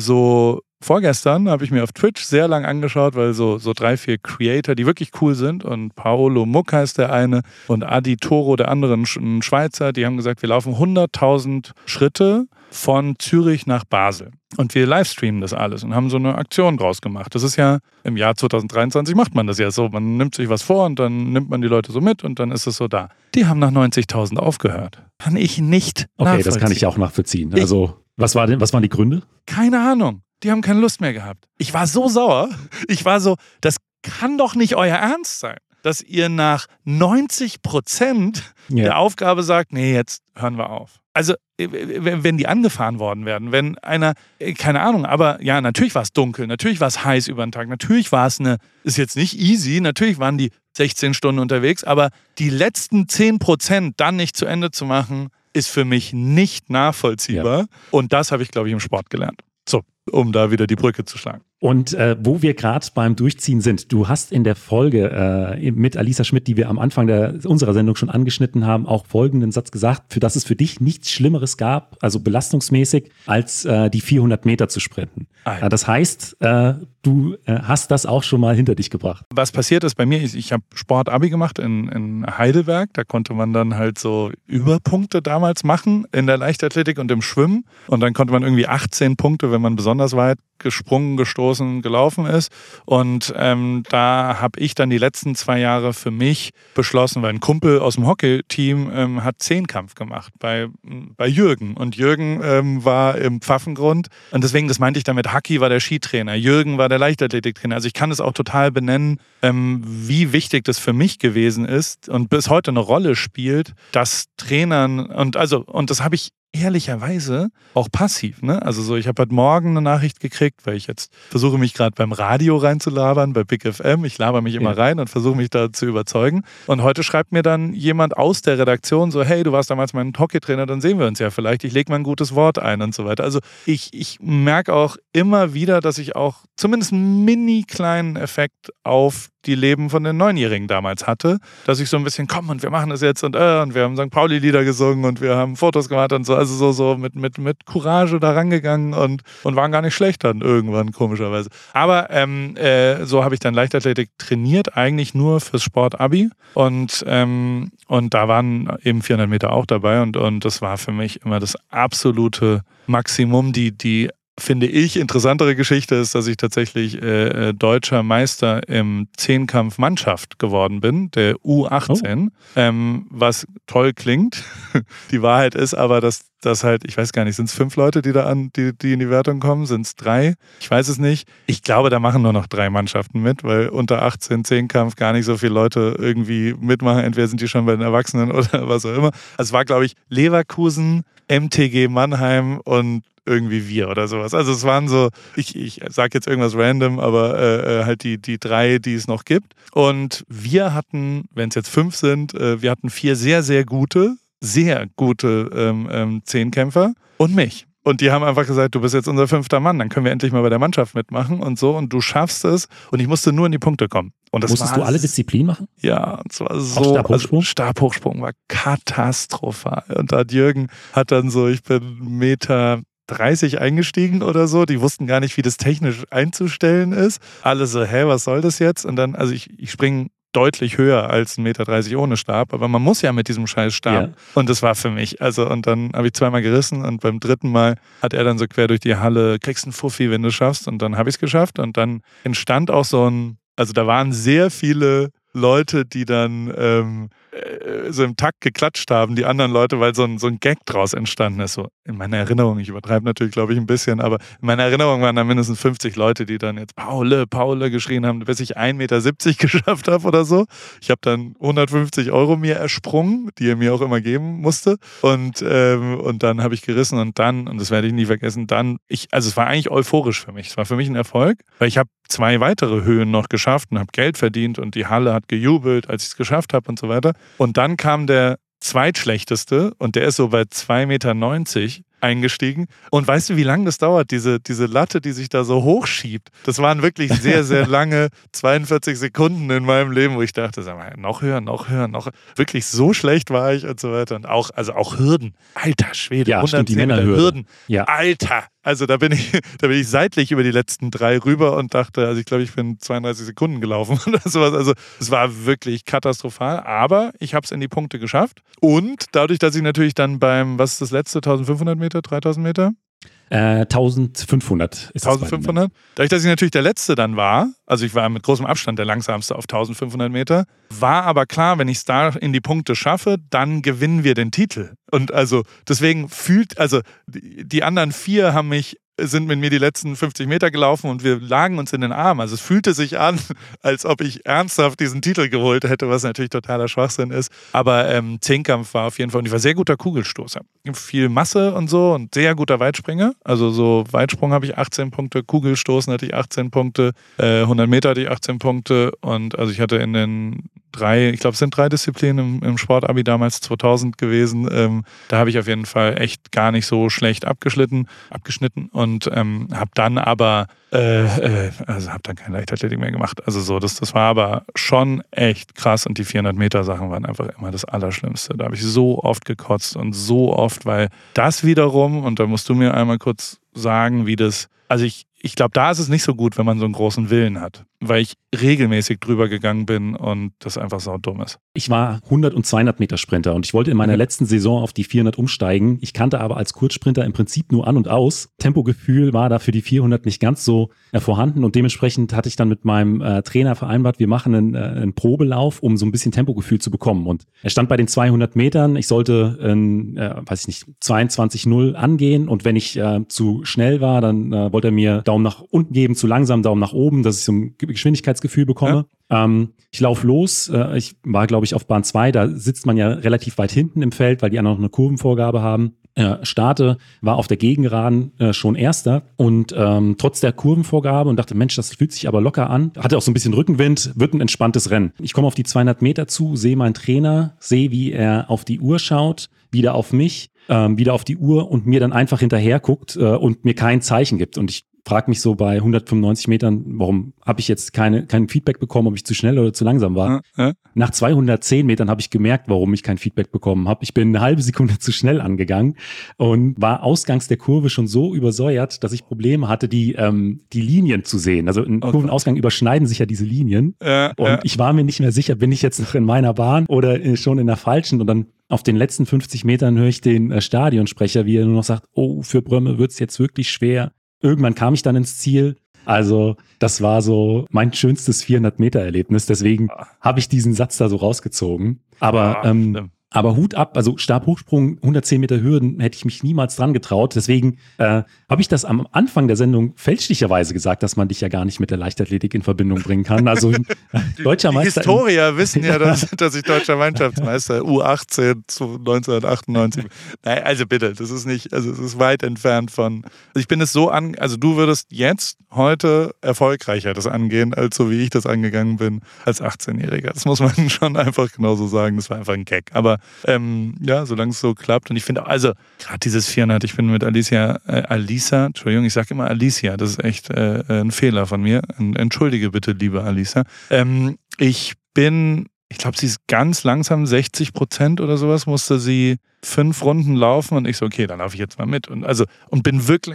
so vorgestern habe ich mir auf Twitch sehr lang angeschaut, weil so, so drei, vier Creator, die wirklich cool sind, und Paolo Muck heißt der eine und Adi Toro, der andere, ein Schweizer, die haben gesagt, wir laufen hunderttausend Schritte von Zürich nach Basel. Und wir livestreamen das alles und haben so eine Aktion draus gemacht. Das ist ja, im Jahr zwanzig dreiundzwanzig macht man das ja so. Man nimmt sich was vor und dann nimmt man die Leute so mit und dann ist es so da. Die haben nach neunzigtausend aufgehört. Kann ich nicht okay, nachvollziehen. Das kann ich auch nachvollziehen. Also, was, war denn, was waren die Gründe? Keine Ahnung. Die haben keine Lust mehr gehabt. Ich war so sauer. Ich war so, das kann doch nicht euer Ernst sein, dass ihr nach neunzig Prozent ja. der Aufgabe sagt, nee, jetzt hören wir auf. Also, wenn die angefahren worden wären, wenn einer, keine Ahnung, aber ja, natürlich war es dunkel, natürlich war es heiß über den Tag, natürlich war es eine, ist jetzt nicht easy, natürlich waren die sechzehn Stunden unterwegs, aber die letzten zehn Prozent dann nicht zu Ende zu machen, ist für mich nicht nachvollziehbar. Ja. Und das habe ich, glaube ich, im Sport gelernt. So, um da wieder die Brücke zu schlagen. Und äh, wo wir gerade beim Durchziehen sind, du hast in der Folge äh, mit Alisa Schmidt, die wir am Anfang der, unserer Sendung schon angeschnitten haben, auch folgenden Satz gesagt, für das es für dich nichts Schlimmeres gab, also belastungsmäßig, als äh, die vierhundert Meter zu sprinten. Ah, das heißt, äh, du äh, hast das auch schon mal hinter dich gebracht. Was passiert ist bei mir, ich, ich habe Sport-Abi gemacht in, in Heidelberg, da konnte man dann halt so Überpunkte damals machen in der Leichtathletik und im Schwimmen und dann konnte man irgendwie achtzehn Punkte, wenn man besonders weit gesprungen, gestoßen, gelaufen ist. Und ähm, da habe ich dann die letzten zwei Jahre für mich beschlossen, weil ein Kumpel aus dem Hockey-Team ähm, hat Zehnkampf gemacht bei, bei Jürgen. Und Jürgen ähm, war im Pfaffengrund. Und deswegen, das meinte ich damit, Haki war der Skitrainer, Jürgen war der Leichtathletiktrainer. Also ich kann es auch total benennen, ähm, wie wichtig das für mich gewesen ist und bis heute eine Rolle spielt, dass Trainern und also, und das habe ich ehrlicherweise auch passiv, ne? Also so, ich habe heute Morgen eine Nachricht gekriegt, weil ich jetzt versuche, mich gerade beim Radio reinzulabern, bei Big F M. Ich laber mich immer ja. rein und versuche mich da zu überzeugen. Und heute schreibt mir dann jemand aus der Redaktion so, hey, du warst damals mein Hockeytrainer, dann sehen wir uns ja vielleicht. Ich lege mal ein gutes Wort ein und so weiter. Also ich, ich merke auch immer wieder, dass ich auch zumindest einen mini kleinen Effekt auf die Leben von den Neunjährigen damals hatte, dass ich so ein bisschen, komm und wir machen das jetzt und äh, und wir haben Sankt Pauli-Lieder gesungen und wir haben Fotos gemacht und so, also so, so mit, mit, mit Courage da rangegangen und, und waren gar nicht schlecht dann irgendwann, komischerweise. Aber ähm, äh, so habe ich dann Leichtathletik trainiert, eigentlich nur fürs Sport-Abi und, ähm, und da waren eben vierhundert Meter auch dabei und, und das war für mich immer das absolute Maximum, die, die finde ich, interessantere Geschichte ist, dass ich tatsächlich äh, deutscher Meister im Zehnkampf-Mannschaft geworden bin, der U achtzehn, oh. ähm, was toll klingt. Die Wahrheit ist aber, dass das halt, ich weiß gar nicht, sind es fünf Leute, die da an, die, die in die Wertung kommen? Sind es drei? Ich weiß es nicht. Ich glaube, da machen nur noch drei Mannschaften mit, weil unter achtzehn Zehnkampf gar nicht so viele Leute irgendwie mitmachen. Entweder sind die schon bei den Erwachsenen oder was auch immer. Also es war, glaube ich, Leverkusen, M T G Mannheim und irgendwie wir oder sowas. Also es waren so, ich, ich sage jetzt irgendwas random, aber äh, halt die, die drei, die es noch gibt. Und wir hatten, wenn es jetzt fünf sind, äh, wir hatten vier sehr, sehr gute, sehr gute ähm, ähm, Zehnkämpfer und mich. Und die haben einfach gesagt, du bist jetzt unser fünfter Mann, dann können wir endlich mal bei der Mannschaft mitmachen und so und du schaffst es. Und ich musste nur in die Punkte kommen. Und das Musstest du alle Disziplinen machen? Ja, und zwar so. Stabhochsprung? Also Stabhochsprung war katastrophal. Und da hat Jürgen hat dann so, ich bin Meter dreißig eingestiegen oder so. Die wussten gar nicht, wie das technisch einzustellen ist. Alle so, hä, was soll das jetzt? Und dann, also ich, ich springe deutlich höher als ein Meter dreißig ohne Stab, aber man muss ja mit diesem scheiß Stab. Ja. Und das war für mich, also und dann habe ich zweimal gerissen und beim dritten Mal hat er dann so quer durch die Halle, kriegst einen Fuffi, wenn du es schaffst, und dann habe ich es geschafft und dann entstand auch so ein, also da waren sehr viele Leute, die dann ähm, so im Takt geklatscht haben, die anderen Leute, weil so ein, so ein Gag draus entstanden ist. So in meiner Erinnerung, ich übertreibe natürlich, glaube ich, ein bisschen, aber in meiner Erinnerung waren da mindestens fünfzig Leute, die dann jetzt Paule, Paule geschrien haben, bis ich ein Meter siebzig geschafft habe oder so. Ich habe dann hundertfünfzig Euro mir ersprungen, die er mir auch immer geben musste. Und, ähm, und dann habe ich gerissen und dann, und das werde ich nie vergessen, dann, ich, also es war eigentlich euphorisch für mich. Es war für mich ein Erfolg, weil ich habe zwei weitere Höhen noch geschafft und habe Geld verdient und die Halle hat gejubelt, als ich es geschafft habe und so weiter. Und dann kam der zweitschlechteste und der ist so bei zwei Meter neunzig eingestiegen. Und weißt du, wie lange das dauert, diese, diese Latte, die sich da so hochschiebt? Das waren wirklich sehr, sehr lange zweiundvierzig Sekunden in meinem Leben, wo ich dachte, sag mal, noch höher, noch höher, noch wirklich so schlecht war ich und so weiter. Und auch, also auch Hürden. Alter Schwede, ja, hundertzehn stimmt, die Meter Hürden. Ja. Alter! Also da bin ich, da bin ich seitlich über die letzten drei rüber und dachte, also ich glaube, ich bin zweiunddreißig Sekunden gelaufen oder sowas. Also es war wirklich katastrophal, aber ich habe es in die Punkte geschafft. Und dadurch, dass ich natürlich dann beim, was ist das letzte, eintausendfünfhundert Meter, dreitausend Meter? Äh, eintausendfünfhundert ist das. eintausendfünfhundert? Dadurch, dass ich natürlich der Letzte dann war, also ich war mit großem Abstand der Langsamste auf eintausendfünfhundert Meter, war aber klar, wenn ich es da in die Punkte schaffe, dann gewinnen wir den Titel. Und also deswegen fühlt, also die anderen vier haben mich sind mit mir die letzten fünfzig Meter gelaufen und wir lagen uns in den Armen. Also es fühlte sich an, als ob ich ernsthaft diesen Titel geholt hätte, was natürlich totaler Schwachsinn ist. Aber ähm, Zehnkampf war auf jeden Fall, und ich war sehr guter Kugelstoßer. Viel Masse und so und sehr guter Weitspringer. Also so Weitsprung habe ich achtzehn Punkte, Kugelstoßen hatte ich achtzehn Punkte, äh, hundert Meter hatte ich achtzehn Punkte und also ich hatte in den drei, ich glaube es sind drei Disziplinen im, im Sportabi damals zweitausend gewesen. Ähm, da habe ich auf jeden Fall echt gar nicht so schlecht abgeschnitten, abgeschnitten und ähm, habe dann aber, äh, äh, also habe dann keine Leichtathletik mehr gemacht. Also so, das, das war aber schon echt krass und die vierhundert Meter Sachen waren einfach immer das Allerschlimmste. Da habe ich so oft gekotzt und so oft, weil das wiederum, und da musst du mir einmal kurz sagen, wie das, also ich, ich glaube, da ist es nicht so gut, wenn man so einen großen Willen hat, weil ich regelmäßig drüber gegangen bin und das einfach so dumm ist. Ich war hundert und zweihundert Meter Sprinter und ich wollte in meiner mhm. letzten Saison auf die vierhundert umsteigen. Ich kannte aber als Kurzsprinter im Prinzip nur an und aus. Tempogefühl war da für die vierhundert nicht ganz so äh, vorhanden und dementsprechend hatte ich dann mit meinem äh, Trainer vereinbart, wir machen einen, äh, einen Probelauf, um so ein bisschen Tempogefühl zu bekommen. Und er stand bei den zweihundert Metern, ich sollte, äh, äh, weiß ich nicht, zweiundzwanzig null angehen und wenn ich äh, zu schnell war, dann äh, wollte er mir Daumen nach unten geben, zu langsam Daumen nach oben, dass ich so ein Geschwindigkeitsgefühl bekomme. Ja. Ähm, ich laufe los, äh, ich war glaube ich auf Bahn zwei, da sitzt man ja relativ weit hinten im Feld, weil die anderen noch eine Kurvenvorgabe haben. Äh, starte, war auf der Gegengeraden äh, schon Erster und ähm, trotz der Kurvenvorgabe und dachte, Mensch, das fühlt sich aber locker an. Hatte auch so ein bisschen Rückenwind, wird ein entspanntes Rennen. Ich komme auf die zweihundert Meter zu, sehe meinen Trainer, sehe, wie er auf die Uhr schaut, wieder auf mich, ähm, wieder auf die Uhr und mir dann einfach hinterher guckt äh, und mir kein Zeichen gibt. Und ich frage mich so bei hundertfünfundneunzig Metern, warum habe ich jetzt keine, kein Feedback bekommen, ob ich zu schnell oder zu langsam war. Ja, ja. Nach zweihundertzehn Metern habe ich gemerkt, warum ich kein Feedback bekommen habe. Ich bin eine halbe Sekunde zu schnell angegangen und war ausgangs der Kurve schon so übersäuert, dass ich Probleme hatte, die, ähm, die Linien zu sehen. Also im okay. Kurvenausgang überschneiden sich ja diese Linien. Ja, und ja. ich war mir nicht mehr sicher, bin ich jetzt noch in meiner Bahn oder schon in der falschen. Und dann auf den letzten fünfzig Metern höre ich den äh, Stadionsprecher, wie er nur noch sagt, oh, für Brömme wird es jetzt wirklich schwer. Irgendwann kam ich dann ins Ziel. Also das war so mein schönstes vierhundert-Meter-Erlebnis. Deswegen habe ich diesen Satz da so rausgezogen. Aber ja, ähm, aber Hut ab, also Stabhochsprung, hundertzehn Meter Hürden, hätte ich mich niemals dran getraut. Deswegen äh, habe ich das am Anfang der Sendung fälschlicherweise gesagt, dass man dich ja gar nicht mit der Leichtathletik in Verbindung bringen kann. Also deutscher die Meister. Die Historiker wissen ja, dass, dass ich deutscher Mannschaftsmeister U achtzehn zu neunzehnhundertachtundneunzig. Nein, also bitte, das ist nicht, also es ist weit entfernt von. Also ich bin es so an, also du würdest jetzt heute erfolgreicher das angehen, als so wie ich das angegangen bin als achtzehnjähriger. Das muss man schon einfach genauso sagen. Das war einfach ein Gag. Aber ähm, ja, solange es so klappt. Und ich finde, also gerade dieses vierhundert, ich bin mit Alicia, äh, Alisa, Entschuldigung, ich sage immer Alicia, das ist echt äh, ein Fehler von mir. Entschuldige bitte, liebe Alisa. Ähm, ich bin, ich glaube, sie ist ganz langsam, sechzig Prozent oder sowas, musste sie fünf Runden laufen und ich so, okay, dann laufe ich jetzt mal mit. Und also und bin wirklich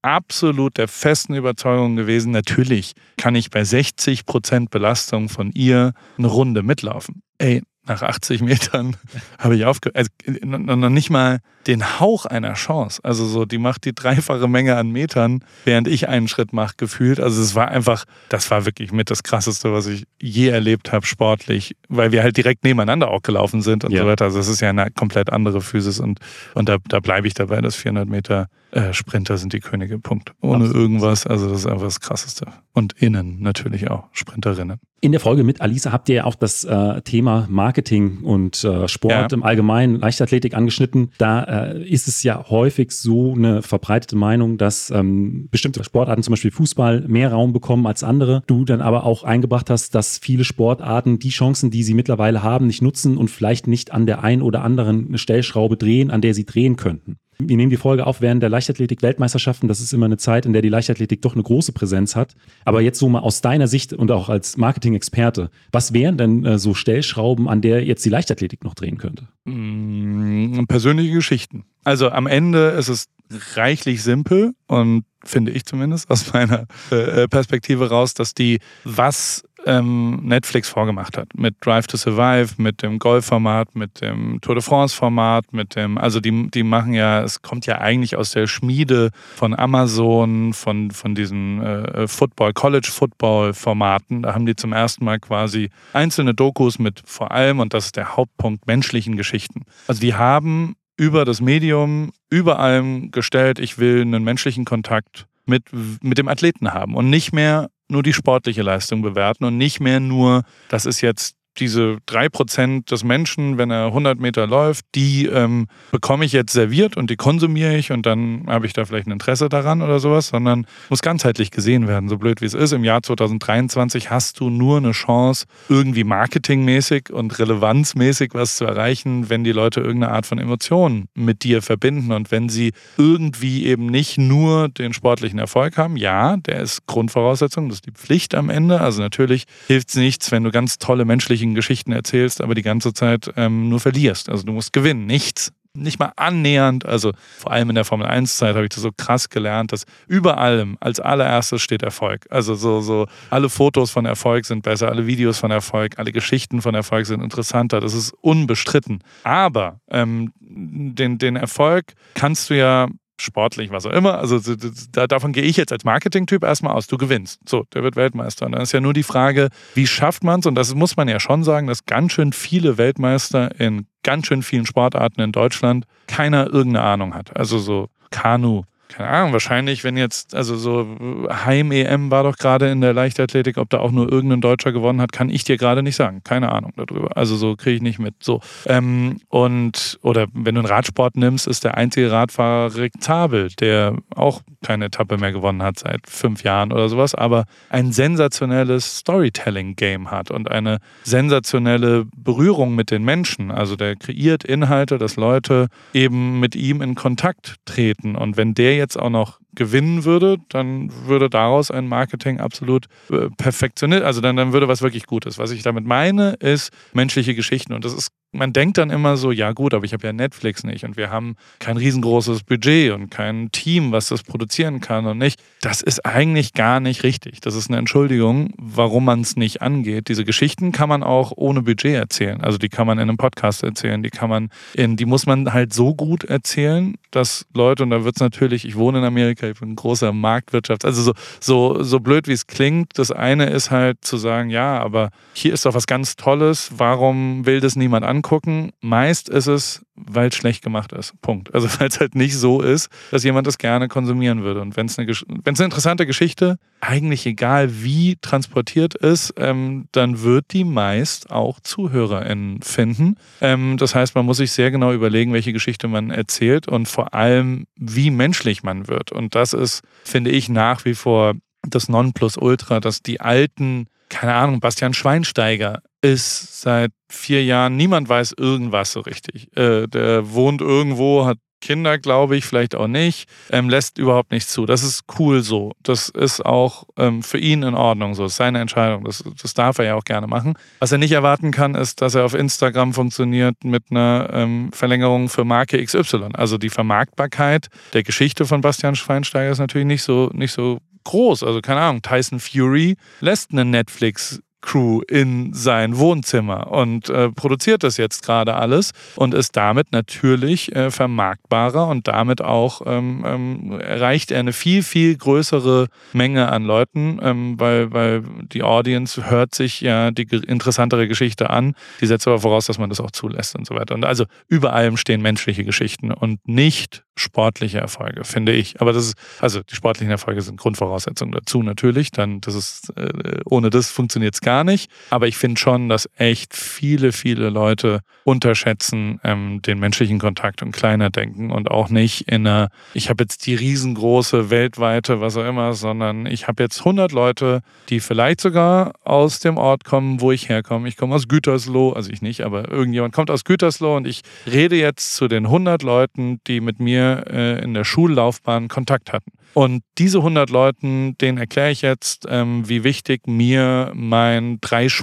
absolut der festen Überzeugung gewesen, natürlich kann ich bei sechzig Prozent Belastung von ihr eine Runde mitlaufen. Ey, nach achtzig Metern habe ich aufgehört. Also noch nicht mal den Hauch einer Chance. Also so, die macht die dreifache Menge an Metern, während ich einen Schritt mache, gefühlt. Also es war einfach, das war wirklich mit das Krasseste, was ich je erlebt habe, sportlich, weil wir halt direkt nebeneinander auch gelaufen sind und ja. so weiter. Also es ist ja eine komplett andere Physis und, und da, da bleibe ich dabei, dass vierhundert Meter äh, Sprinter sind die Könige, Punkt. Ohne Absolut. Irgendwas, also das ist einfach das Krasseste. Und innen natürlich auch, Sprinterinnen. In der Folge mit Alisa habt ihr ja auch das äh, Thema Marketing und äh, Sport ja. im Allgemeinen, Leichtathletik angeschnitten. Da äh, ist es ja häufig so eine verbreitete Meinung, dass ähm, bestimmte Sportarten, zum Beispiel Fußball, mehr Raum bekommen als andere. Du dann aber auch eingebracht hast, dass viele Sportarten die Chancen, die sie mittlerweile haben, nicht nutzen und vielleicht nicht an der einen oder anderen eine Stellschraube drehen, an der sie drehen könnten. Wir nehmen die Folge auf während der Leichtathletik-Weltmeisterschaften. Das ist immer eine Zeit, in der die Leichtathletik doch eine große Präsenz hat. Aber jetzt so mal aus deiner Sicht und auch als Marketing-Experte, was wären denn äh, so Stellschrauben, an der jetzt die Leichtathletik noch drehen könnte? Mmh, persönliche Geschichten. Also am Ende ist es reichlich simpel und finde ich zumindest aus meiner äh, Perspektive raus, dass die, was ähm, Netflix vorgemacht hat, mit Drive to Survive, mit dem Golfformat, mit dem Tour de France-Format, mit dem, also die, die machen ja, es kommt ja eigentlich aus der Schmiede von Amazon, von, von diesen äh, Football, College-Football-Formaten. Da haben die zum ersten Mal quasi einzelne Dokus mit vor allem, und das ist der Hauptpunkt, menschlichen Geschichten. Also die haben über das Medium über allem gestellt, ich will einen menschlichen Kontakt mit, mit dem Athleten haben und nicht mehr nur die sportliche Leistung bewerten und nicht mehr nur, das ist jetzt diese drei Prozent des Menschen, wenn er hundert Meter läuft, die ähm, bekomme ich jetzt serviert und die konsumiere ich und dann habe ich da vielleicht ein Interesse daran oder sowas, sondern muss ganzheitlich gesehen werden, so blöd wie es ist. Im Jahr zwanzig dreiundzwanzig hast du nur eine Chance, irgendwie marketingmäßig und relevanzmäßig was zu erreichen, wenn die Leute irgendeine Art von Emotionen mit dir verbinden und wenn sie irgendwie eben nicht nur den sportlichen Erfolg haben. Ja, der ist Grundvoraussetzung, das ist die Pflicht am Ende. Also natürlich hilft es nichts, wenn du ganz tolle menschliche Geschichten erzählst, aber die ganze Zeit ähm, nur verlierst. Also du musst gewinnen, nichts. Nicht mal annähernd, also vor allem in der Formel eins Zeit habe ich das so krass gelernt, dass über allem als allererstes steht Erfolg. Also so, so alle Fotos von Erfolg sind besser, alle Videos von Erfolg, alle Geschichten von Erfolg sind interessanter, das ist unbestritten. Aber ähm, den, den Erfolg kannst du ja sportlich, was auch immer. Also da, davon gehe ich jetzt als Marketing-Typ erstmal aus. Du gewinnst. So, der wird Weltmeister. Und dann ist ja nur die Frage, wie schafft man es? Und das muss man ja schon sagen, dass ganz schön viele Weltmeister in ganz schön vielen Sportarten in Deutschland keiner irgendeine Ahnung hat. Also so Kanu. Keine Ahnung, wahrscheinlich, wenn jetzt, also so Heim-E M war doch gerade in der Leichtathletik, ob da auch nur irgendein Deutscher gewonnen hat, kann ich dir gerade nicht sagen. Keine Ahnung darüber. Also so kriege ich nicht mit. So. Ähm, und, oder wenn du einen Radsport nimmst, ist der einzige Radfahrer Rick Zabel, der auch keine Etappe mehr gewonnen hat seit fünf Jahren oder sowas, aber ein sensationelles Storytelling-Game hat und eine sensationelle Berührung mit den Menschen. Also der kreiert Inhalte, dass Leute eben mit ihm in Kontakt treten. Und wenn der jetzt auch noch gewinnen würde, dann würde daraus ein Marketing absolut äh, perfektioniert, also dann, dann würde was wirklich Gutes. Was ich damit meine, ist menschliche Geschichten. Und das ist, man denkt dann immer so, ja gut, aber ich habe ja Netflix nicht und wir haben kein riesengroßes Budget und kein Team, was das produzieren kann und nicht. Das ist eigentlich gar nicht richtig. Das ist eine Entschuldigung, warum man es nicht angeht. Diese Geschichten kann man auch ohne Budget erzählen. Also die kann man in einem Podcast erzählen, die kann man in, die muss man halt so gut erzählen, dass Leute, und da wird es natürlich, ich wohne in Amerika, ich bin ein großer Marktwirtschaft, also so, so, so blöd wie es klingt, das eine ist halt zu sagen, ja, aber hier ist doch was ganz Tolles, warum will das niemand angucken? Meist ist es, weil es schlecht gemacht ist. Punkt. Also weil es halt nicht so ist, dass jemand das gerne konsumieren würde. Und wenn es eine, wenn es eine interessante Geschichte, eigentlich egal wie transportiert ist, ähm, dann wird die meist auch ZuhörerInnen finden. Ähm, das heißt, man muss sich sehr genau überlegen, welche Geschichte man erzählt und vor allem, wie menschlich man wird. Und das ist, finde ich, nach wie vor das Nonplusultra, dass die alten, keine Ahnung, Bastian Schweinsteiger ist seit vier Jahren, niemand weiß irgendwas so richtig. Äh, der wohnt irgendwo, hat Kinder, glaube ich, vielleicht auch nicht, ähm, lässt überhaupt nichts zu. Das ist cool so. Das ist auch ähm, für ihn in Ordnung so. Das ist seine Entscheidung. Das, das darf er ja auch gerne machen. Was er nicht erwarten kann, ist, dass er auf Instagram funktioniert mit einer ähm, Verlängerung für Marke X Y. Also die Vermarktbarkeit der Geschichte von Bastian Schweinsteiger ist natürlich nicht so, nicht so groß. Also keine Ahnung, Tyson Fury lässt eine Netflix Crew in sein Wohnzimmer und äh, produziert das jetzt gerade alles und ist damit natürlich äh, vermarktbarer und damit auch ähm, ähm, erreicht er eine viel, viel größere Menge an Leuten, ähm, weil, weil die Audience hört sich ja die ge- interessantere Geschichte an. Die setzt aber voraus, dass man das auch zulässt und so weiter. Und also über allem stehen menschliche Geschichten und nicht sportliche Erfolge, finde ich. Aber das ist, also die sportlichen Erfolge sind Grundvoraussetzung dazu natürlich. Dann, das ist, äh, ohne das funktioniert es gar nicht. Aber ich finde schon, dass echt viele, viele Leute unterschätzen ähm, den menschlichen Kontakt und kleiner denken und auch nicht in einer, ich habe jetzt die riesengroße, weltweite, was auch immer, sondern ich habe jetzt hundert Leute, die vielleicht sogar aus dem Ort kommen, wo ich herkomme. Ich komme aus Gütersloh, also ich nicht, aber irgendjemand kommt aus Gütersloh und ich rede jetzt zu den hundert Leuten, die mit mir äh, in der Schullaufbahn Kontakt hatten. Und diese hundert Leuten, denen erkläre ich jetzt, ähm, wie wichtig mir mein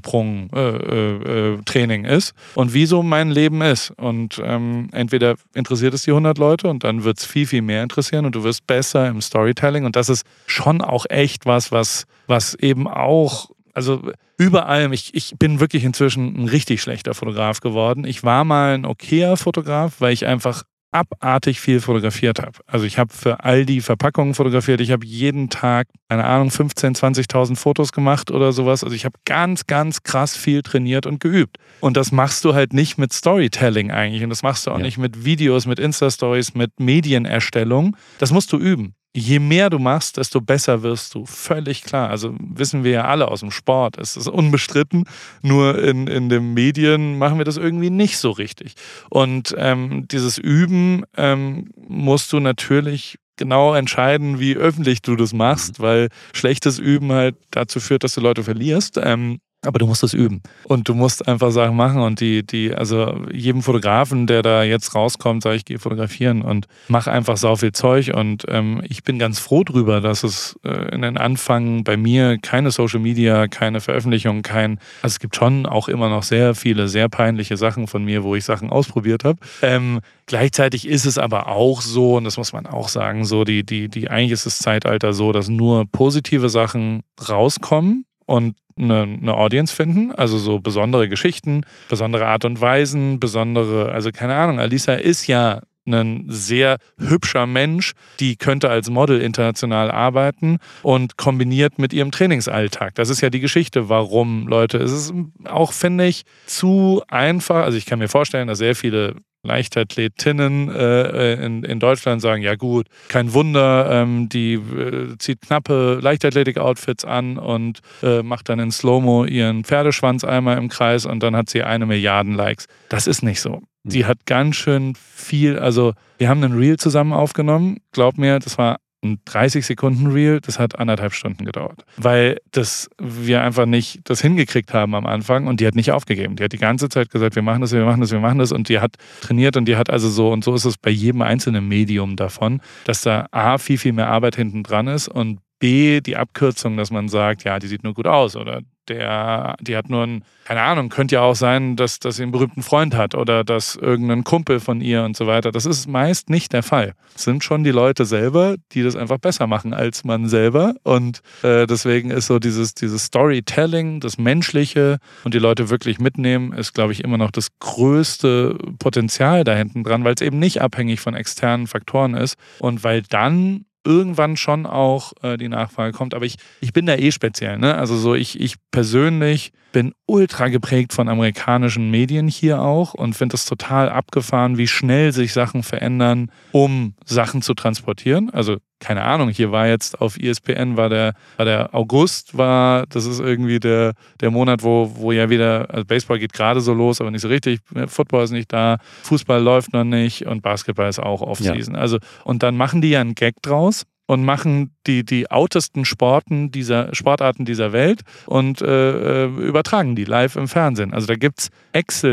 Dreisprung-Training äh, äh, ist und wieso mein Leben ist. Und ähm, entweder interessiert es die hundert Leute und dann wird es viel, viel mehr interessieren und du wirst besser im Storytelling. Und das ist schon auch echt was, was, was eben auch, also über allem, ich, ich bin wirklich inzwischen ein richtig schlechter Fotograf geworden. Ich war mal ein okayer Fotograf, weil ich einfach abartig viel fotografiert habe. Also ich habe für all die Verpackungen fotografiert. Ich habe jeden Tag, keine Ahnung, fünfzehntausend, zwanzigtausend Fotos gemacht oder sowas. Also ich habe ganz, ganz krass viel trainiert und geübt. Und das machst du halt nicht mit Storytelling eigentlich. Und das machst du auch ja. nicht mit Videos, mit Insta-Stories, mit Medienerstellung. Das musst du üben. Je mehr du machst, desto besser wirst du. Völlig klar. Also wissen wir ja alle aus dem Sport. Es ist unbestritten. Nur in, in den Medien machen wir das irgendwie nicht so richtig. Und ähm, dieses Üben ähm, musst du natürlich genau entscheiden, wie öffentlich du das machst, weil schlechtes Üben halt dazu führt, dass du Leute verlierst. Ähm, Aber du musst es üben. Und du musst einfach Sachen machen. Und die, die, also jedem Fotografen, der da jetzt rauskommt, sage ich, gehe fotografieren und mach einfach sau viel Zeug. Und ähm, ich bin ganz froh drüber, dass es äh, in den Anfang bei mir keine Social Media, keine Veröffentlichung, kein, also es gibt schon auch immer noch sehr viele, sehr peinliche Sachen von mir, wo ich Sachen ausprobiert habe. Ähm, gleichzeitig ist es aber auch so, und das muss man auch sagen, so die, die, die, eigentlich ist das Zeitalter so, dass nur positive Sachen rauskommen und eine, eine Audience finden, also so besondere Geschichten, besondere Art und Weisen, besondere, also keine Ahnung, Alisa ist ja ein sehr hübscher Mensch, die könnte als Model international arbeiten und kombiniert mit ihrem Trainingsalltag. Das ist ja die Geschichte, warum Leute, es ist auch, finde ich, zu einfach, also ich kann mir vorstellen, dass sehr viele Leichtathletinnen äh, in, in Deutschland sagen, ja gut, kein Wunder, ähm, die äh, zieht knappe Leichtathletik-Outfits an und äh, macht dann in Slow-Mo ihren Pferdeschwanz einmal im Kreis und dann hat sie eine Milliarde Likes. Das ist nicht so. Sie hat ganz schön viel, also wir haben einen Reel zusammen aufgenommen, glaub mir, das war ein dreißig Sekunden Reel, das hat anderthalb Stunden gedauert. Weil das, wir einfach nicht das hingekriegt haben am Anfang und die hat nicht aufgegeben. Die hat die ganze Zeit gesagt, wir machen das, wir machen das, wir machen das und die hat trainiert und die hat also so, und so ist es bei jedem einzelnen Medium davon, dass da A, viel, viel mehr Arbeit hinten dran ist und B, die Abkürzung, dass man sagt, ja, die sieht nur gut aus oder der, die hat nur einen, keine Ahnung, könnte ja auch sein, dass, dass sie einen berühmten Freund hat oder dass irgendein Kumpel von ihr und so weiter. Das ist meist nicht der Fall. Es sind schon die Leute selber, die das einfach besser machen als man selber und äh, deswegen ist so dieses, dieses Storytelling, das Menschliche und die Leute wirklich mitnehmen, ist, glaube ich, immer noch das größte Potenzial da hinten dran, weil es eben nicht abhängig von externen Faktoren ist und weil dann irgendwann schon auch äh, die Nachfrage kommt. Aber ich, ich bin da eh speziell. Ne? Also so ich, ich persönlich bin ultra geprägt von amerikanischen Medien hier auch und finde es total abgefahren, wie schnell sich Sachen verändern, um Sachen zu transportieren. Also keine Ahnung, hier war jetzt auf E S P N, war der, war der August, war, das ist irgendwie der, der Monat, wo, wo ja wieder, also Baseball geht gerade so los, aber nicht so richtig, Football ist nicht da, Fußball läuft noch nicht und Basketball ist auch Off-Season. Ja. Also, und dann machen die ja einen Gag draus und machen die, die outesten Sporten dieser, Sportarten dieser Welt und äh, übertragen die live im Fernsehen. Also da gibt's Excel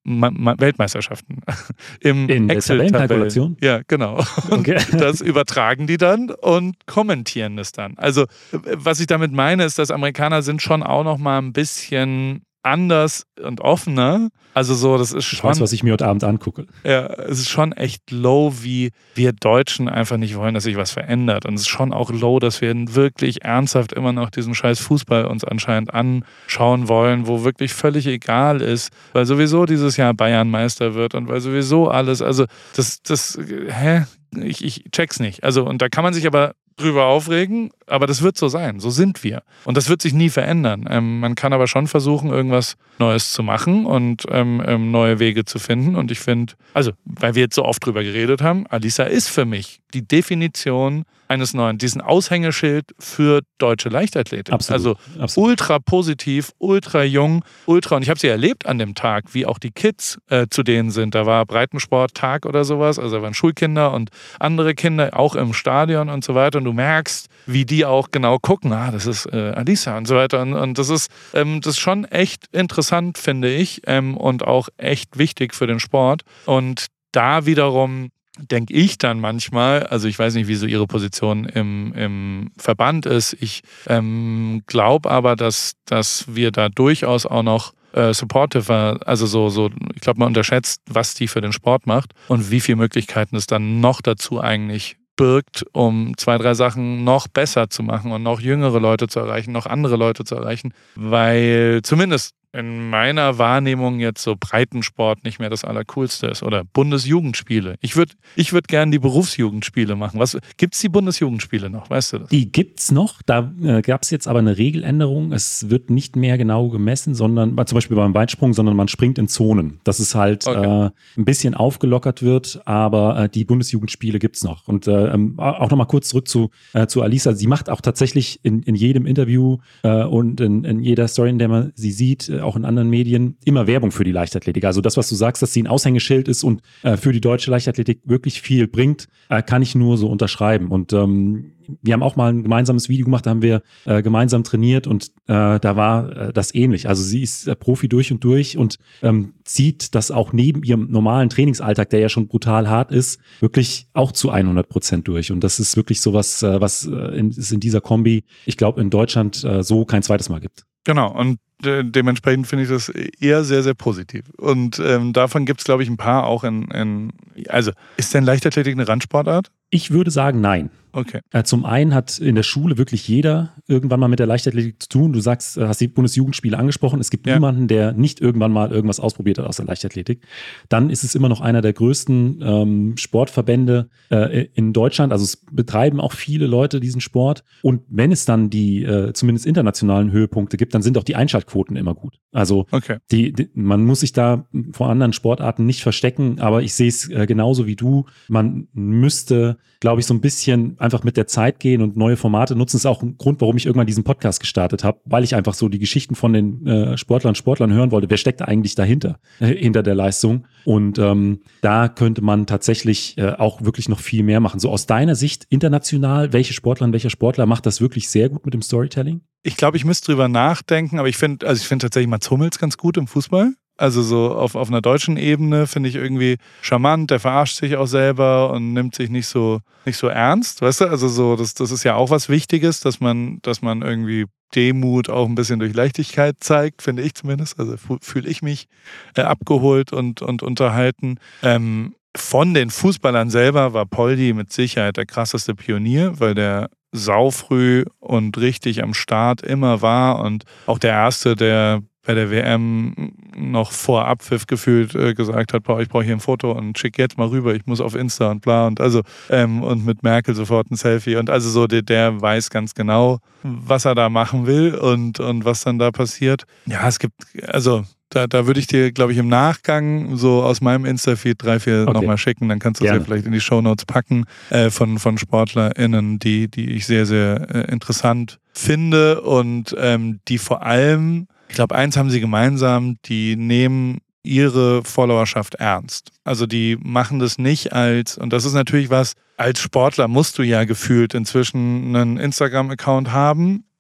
Ma- Ma- Weltmeisterschaften. Im In der Tabellenkalkulation? Ja, genau. Und Okay. das übertragen die dann und kommentieren es dann. Also was ich damit meine, ist, dass Amerikaner sind schon auch noch mal ein bisschen anders und offener. Also so, das ist schon... Ich weiß, was ich mir heute Abend angucke. Ja, es ist schon echt low, wie wir Deutschen einfach nicht wollen, dass sich was verändert. Und es ist schon auch low, dass wir wirklich ernsthaft immer noch diesen scheiß Fußball uns anscheinend anschauen wollen, wo wirklich völlig egal ist, weil sowieso dieses Jahr Bayern Meister wird und weil sowieso alles, also das, das, hä? Ich, ich check's nicht. Also, und da kann man sich aber drüber aufregen, aber das wird so sein. So sind wir. Und das wird sich nie verändern. Ähm, man kann aber schon versuchen, irgendwas Neues zu machen und ähm, ähm, neue Wege zu finden. Und ich finde, also, weil wir jetzt so oft drüber geredet haben, Alisa ist für mich die Definition eines neuen, diesen Aushängeschild für deutsche Leichtathletik. Absolut. Also Absolut. ultra positiv, ultra jung, ultra, und ich habe sie erlebt an dem Tag, wie auch die Kids äh, zu denen sind. Da war Breitensporttag oder sowas, also da waren Schulkinder und andere Kinder auch im Stadion und so weiter, und du merkst, wie die auch genau gucken, ah, das ist äh, Alisa und so weiter, und, und das ist ähm, das ist schon echt interessant, finde ich, ähm, und auch echt wichtig für den Sport. Und da wiederum denke ich dann manchmal, also ich weiß nicht, wie so ihre Position im, im Verband ist, ich ähm, glaube aber, dass, dass wir da durchaus auch noch äh, supportive, also so, so ich glaube, man unterschätzt, was die für den Sport macht und wie viele Möglichkeiten es dann noch dazu eigentlich birgt, um zwei, drei Sachen noch besser zu machen und noch jüngere Leute zu erreichen, noch andere Leute zu erreichen, weil zumindest in meiner Wahrnehmung jetzt so Breitensport nicht mehr das Allercoolste ist. Oder Bundesjugendspiele. Ich würde ich würd gerne die Berufsjugendspiele machen. Gibt es die Bundesjugendspiele noch? Weißt du das? Die gibt's noch. Da äh, gab es jetzt aber eine Regeländerung. Es wird nicht mehr genau gemessen, sondern zum Beispiel beim Weitsprung, sondern man springt in Zonen. Dass es halt Okay. äh, ein bisschen aufgelockert wird, aber äh, die Bundesjugendspiele gibt's noch. Und äh, auch nochmal kurz zurück zu, äh, zu Alisa. Sie macht auch tatsächlich in, in jedem Interview äh, und in, in jeder Story, in der man sie sieht, äh, auch in anderen Medien, immer Werbung für die Leichtathletik. Also das, was du sagst, dass sie ein Aushängeschild ist und äh, für die deutsche Leichtathletik wirklich viel bringt, äh, kann ich nur so unterschreiben. Und ähm, wir haben auch mal ein gemeinsames Video gemacht, da haben wir äh, gemeinsam trainiert und äh, da war äh, das ähnlich. Also sie ist äh, Profi durch und durch und ähm, zieht das auch neben ihrem normalen Trainingsalltag, der ja schon brutal hart ist, wirklich auch zu hundert Prozent durch. Und das ist wirklich sowas, äh, was äh, in, ist in dieser Kombi, ich glaube, in Deutschland äh, so kein zweites Mal gibt. Genau, und de- dementsprechend finde ich das eher sehr, sehr positiv. Und ähm, davon gibt es, glaube ich, ein paar auch in, in... Also, ist denn Leichtathletik eine Randsportart? Ich würde sagen, nein. Okay. Äh, Zum einen hat in der Schule wirklich jeder irgendwann mal mit der Leichtathletik zu tun. Du sagst, äh, hast die Bundesjugendspiele angesprochen. Es gibt Ja. niemanden, der nicht irgendwann mal irgendwas ausprobiert hat aus der Leichtathletik. Dann ist es immer noch einer der größten ähm, Sportverbände äh, in Deutschland. Also es betreiben auch viele Leute diesen Sport. Und wenn es dann die äh, zumindest internationalen Höhepunkte gibt, dann sind auch die Einschaltquoten immer gut. Also Okay. die, die, man muss sich da vor anderen Sportarten nicht verstecken, aber ich sehe es äh, genauso wie du. Man müsste, glaube ich, so ein bisschen einfach mit der Zeit gehen und neue Formate nutzen. Das ist auch ein Grund, warum ich irgendwann diesen Podcast gestartet habe, weil ich einfach so die Geschichten von den äh, Sportlern und Sportlern hören wollte. Wer steckt da eigentlich dahinter, äh, hinter der Leistung? Und ähm, da könnte man tatsächlich äh, auch wirklich noch viel mehr machen. So aus deiner Sicht international, welche Sportlerin, welcher Sportler macht das wirklich sehr gut mit dem Storytelling? Ich glaube, ich müsste drüber nachdenken, aber ich finde, also ich finde tatsächlich Mats Hummels ganz gut im Fußball. Also so auf, auf einer deutschen Ebene finde ich irgendwie charmant, der verarscht sich auch selber und nimmt sich nicht so, nicht so ernst, weißt du? Also so, das, das ist ja auch was Wichtiges, dass man, dass man irgendwie Demut auch ein bisschen durch Leichtigkeit zeigt, finde ich zumindest. Also fühle ich mich äh, abgeholt und, und unterhalten. Ähm, von den Fußballern selber war Poldi mit Sicherheit der krasseste Pionier, weil der saufrüh und richtig am Start immer war und auch der Erste, der bei der W M noch vor Abpfiff gefühlt äh, gesagt hat, boah, ich brauche hier ein Foto und schick jetzt mal rüber, ich muss auf Insta und bla und also ähm, und mit Merkel sofort ein Selfie und also so, der, der weiß ganz genau, was er da machen will und, und was dann da passiert. Ja, es gibt, also da, da würde ich dir, glaube ich, im Nachgang so aus meinem Insta-Feed drei, vier Okay. nochmal schicken, dann kannst du es ja vielleicht in die Shownotes packen äh, von, von SportlerInnen, die, die ich sehr, sehr äh, interessant finde und ähm, die vor allem, ich glaube, eins haben sie gemeinsam, die nehmen ihre Followerschaft ernst. Also die machen das nicht als, und das ist natürlich was, als Sportler musst du ja gefühlt inzwischen einen Instagram-Account haben,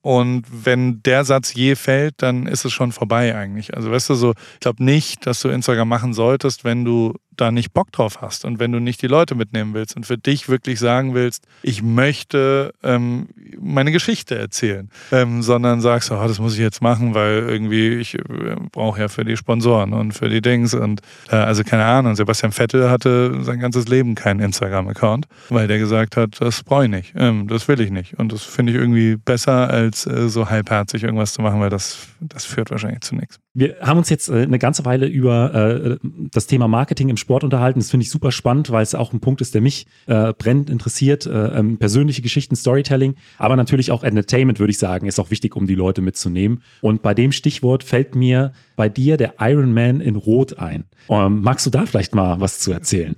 Und wenn der Satz je fällt, dann ist es schon vorbei eigentlich. Also weißt du so, ich glaube nicht, dass du Instagram machen solltest, wenn du da nicht Bock drauf hast und wenn du nicht die Leute mitnehmen willst und für dich wirklich sagen willst, ich möchte ähm, meine Geschichte erzählen, ähm, sondern sagst, oh, das muss ich jetzt machen, weil irgendwie ich äh, brauche ja für die Sponsoren und für die Dings und äh, also keine Ahnung, Sebastian Vettel hatte sein ganzes Leben keinen Instagram-Account, weil der gesagt hat, das brauche ich nicht, ähm, das will ich nicht und das finde ich irgendwie besser, als äh, so halbherzig irgendwas zu machen, weil das, das führt wahrscheinlich zu nichts. Wir haben uns jetzt äh, eine ganze Weile über äh, das Thema Marketing im Sport unterhalten. Das finde ich super spannend, weil es auch ein Punkt ist, der mich äh, brennend interessiert. Äh, ähm, persönliche Geschichten, Storytelling, aber natürlich auch Entertainment, würde ich sagen, ist auch wichtig, um die Leute mitzunehmen. Und bei dem Stichwort fällt mir bei dir der Ironman in Rot ein. Ähm, magst du da vielleicht mal was zu erzählen?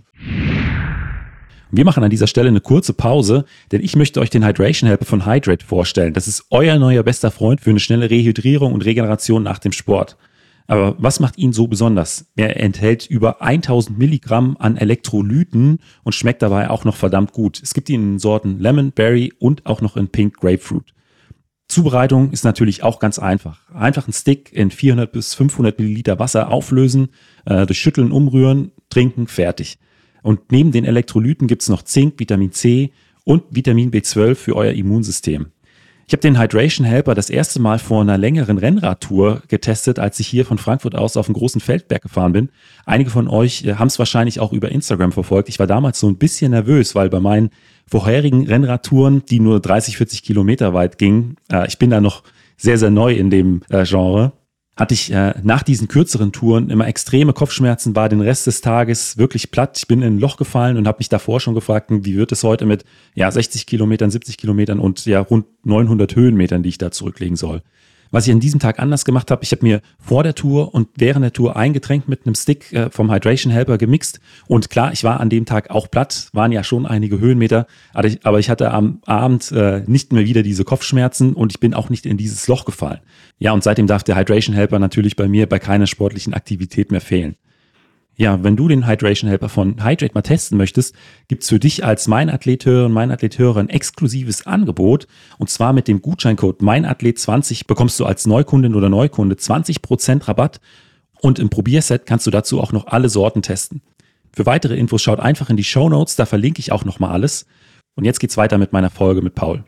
Wir machen an dieser Stelle eine kurze Pause, denn ich möchte euch den Hydration Helper von Hydrate vorstellen. Das ist euer neuer bester Freund für eine schnelle Rehydrierung und Regeneration nach dem Sport. Aber was macht ihn so besonders? Er enthält über tausend Milligramm an Elektrolyten und schmeckt dabei auch noch verdammt gut. Es gibt ihn in Sorten Lemon, Berry und auch noch in Pink Grapefruit. Zubereitung ist natürlich auch ganz einfach. Einfach einen Stick in vierhundert bis fünfhundert Milliliter Wasser auflösen, äh, durch Schütteln umrühren, trinken, fertig. Und neben den Elektrolyten gibt es noch Zink, Vitamin C und Vitamin B zwölf für euer Immunsystem. Ich habe den Hydration Helper das erste Mal vor einer längeren Rennradtour getestet, als ich hier von Frankfurt aus auf einen großen Feldberg gefahren bin. Einige von euch haben es wahrscheinlich auch über Instagram verfolgt. Ich war damals so ein bisschen nervös, weil bei meinen vorherigen Rennradtouren, die nur dreißig, vierzig Kilometer weit gingen, äh, ich bin da noch sehr, sehr neu in dem äh, Genre, hatte ich äh, nach diesen kürzeren Touren immer extreme Kopfschmerzen, war den Rest des Tages wirklich platt. Ich bin in ein Loch gefallen und habe mich davor schon gefragt, wie wird es heute mit ja sechzig Kilometern, siebzig Kilometern und ja rund neunhundert Höhenmetern, die ich da zurücklegen soll. Was ich an diesem Tag anders gemacht habe, ich habe mir vor der Tour und während der Tour ein Getränk mit einem Stick äh, vom Hydration Helper gemixt. Und klar, ich war an dem Tag auch platt, waren ja schon einige Höhenmeter, aber ich, aber ich hatte am Abend äh, nicht mehr wieder diese Kopfschmerzen und ich bin auch nicht in dieses Loch gefallen. Ja, und seitdem darf der Hydration Helper natürlich bei mir bei keiner sportlichen Aktivität mehr fehlen. Ja, wenn du den Hydration Helper von Hydrate mal testen möchtest, gibt's für dich als Meinathlet-Hörer und Meinathlet-Hörer ein exklusives Angebot. Und zwar mit dem Gutscheincode Meinathlet zwanzig bekommst du als Neukundin oder Neukunde zwanzig Prozent Rabatt. Und im Probierset kannst du dazu auch noch alle Sorten testen. Für weitere Infos schaut einfach in die Shownotes, da verlinke ich auch nochmal alles. Und jetzt geht's weiter mit meiner Folge mit Paul.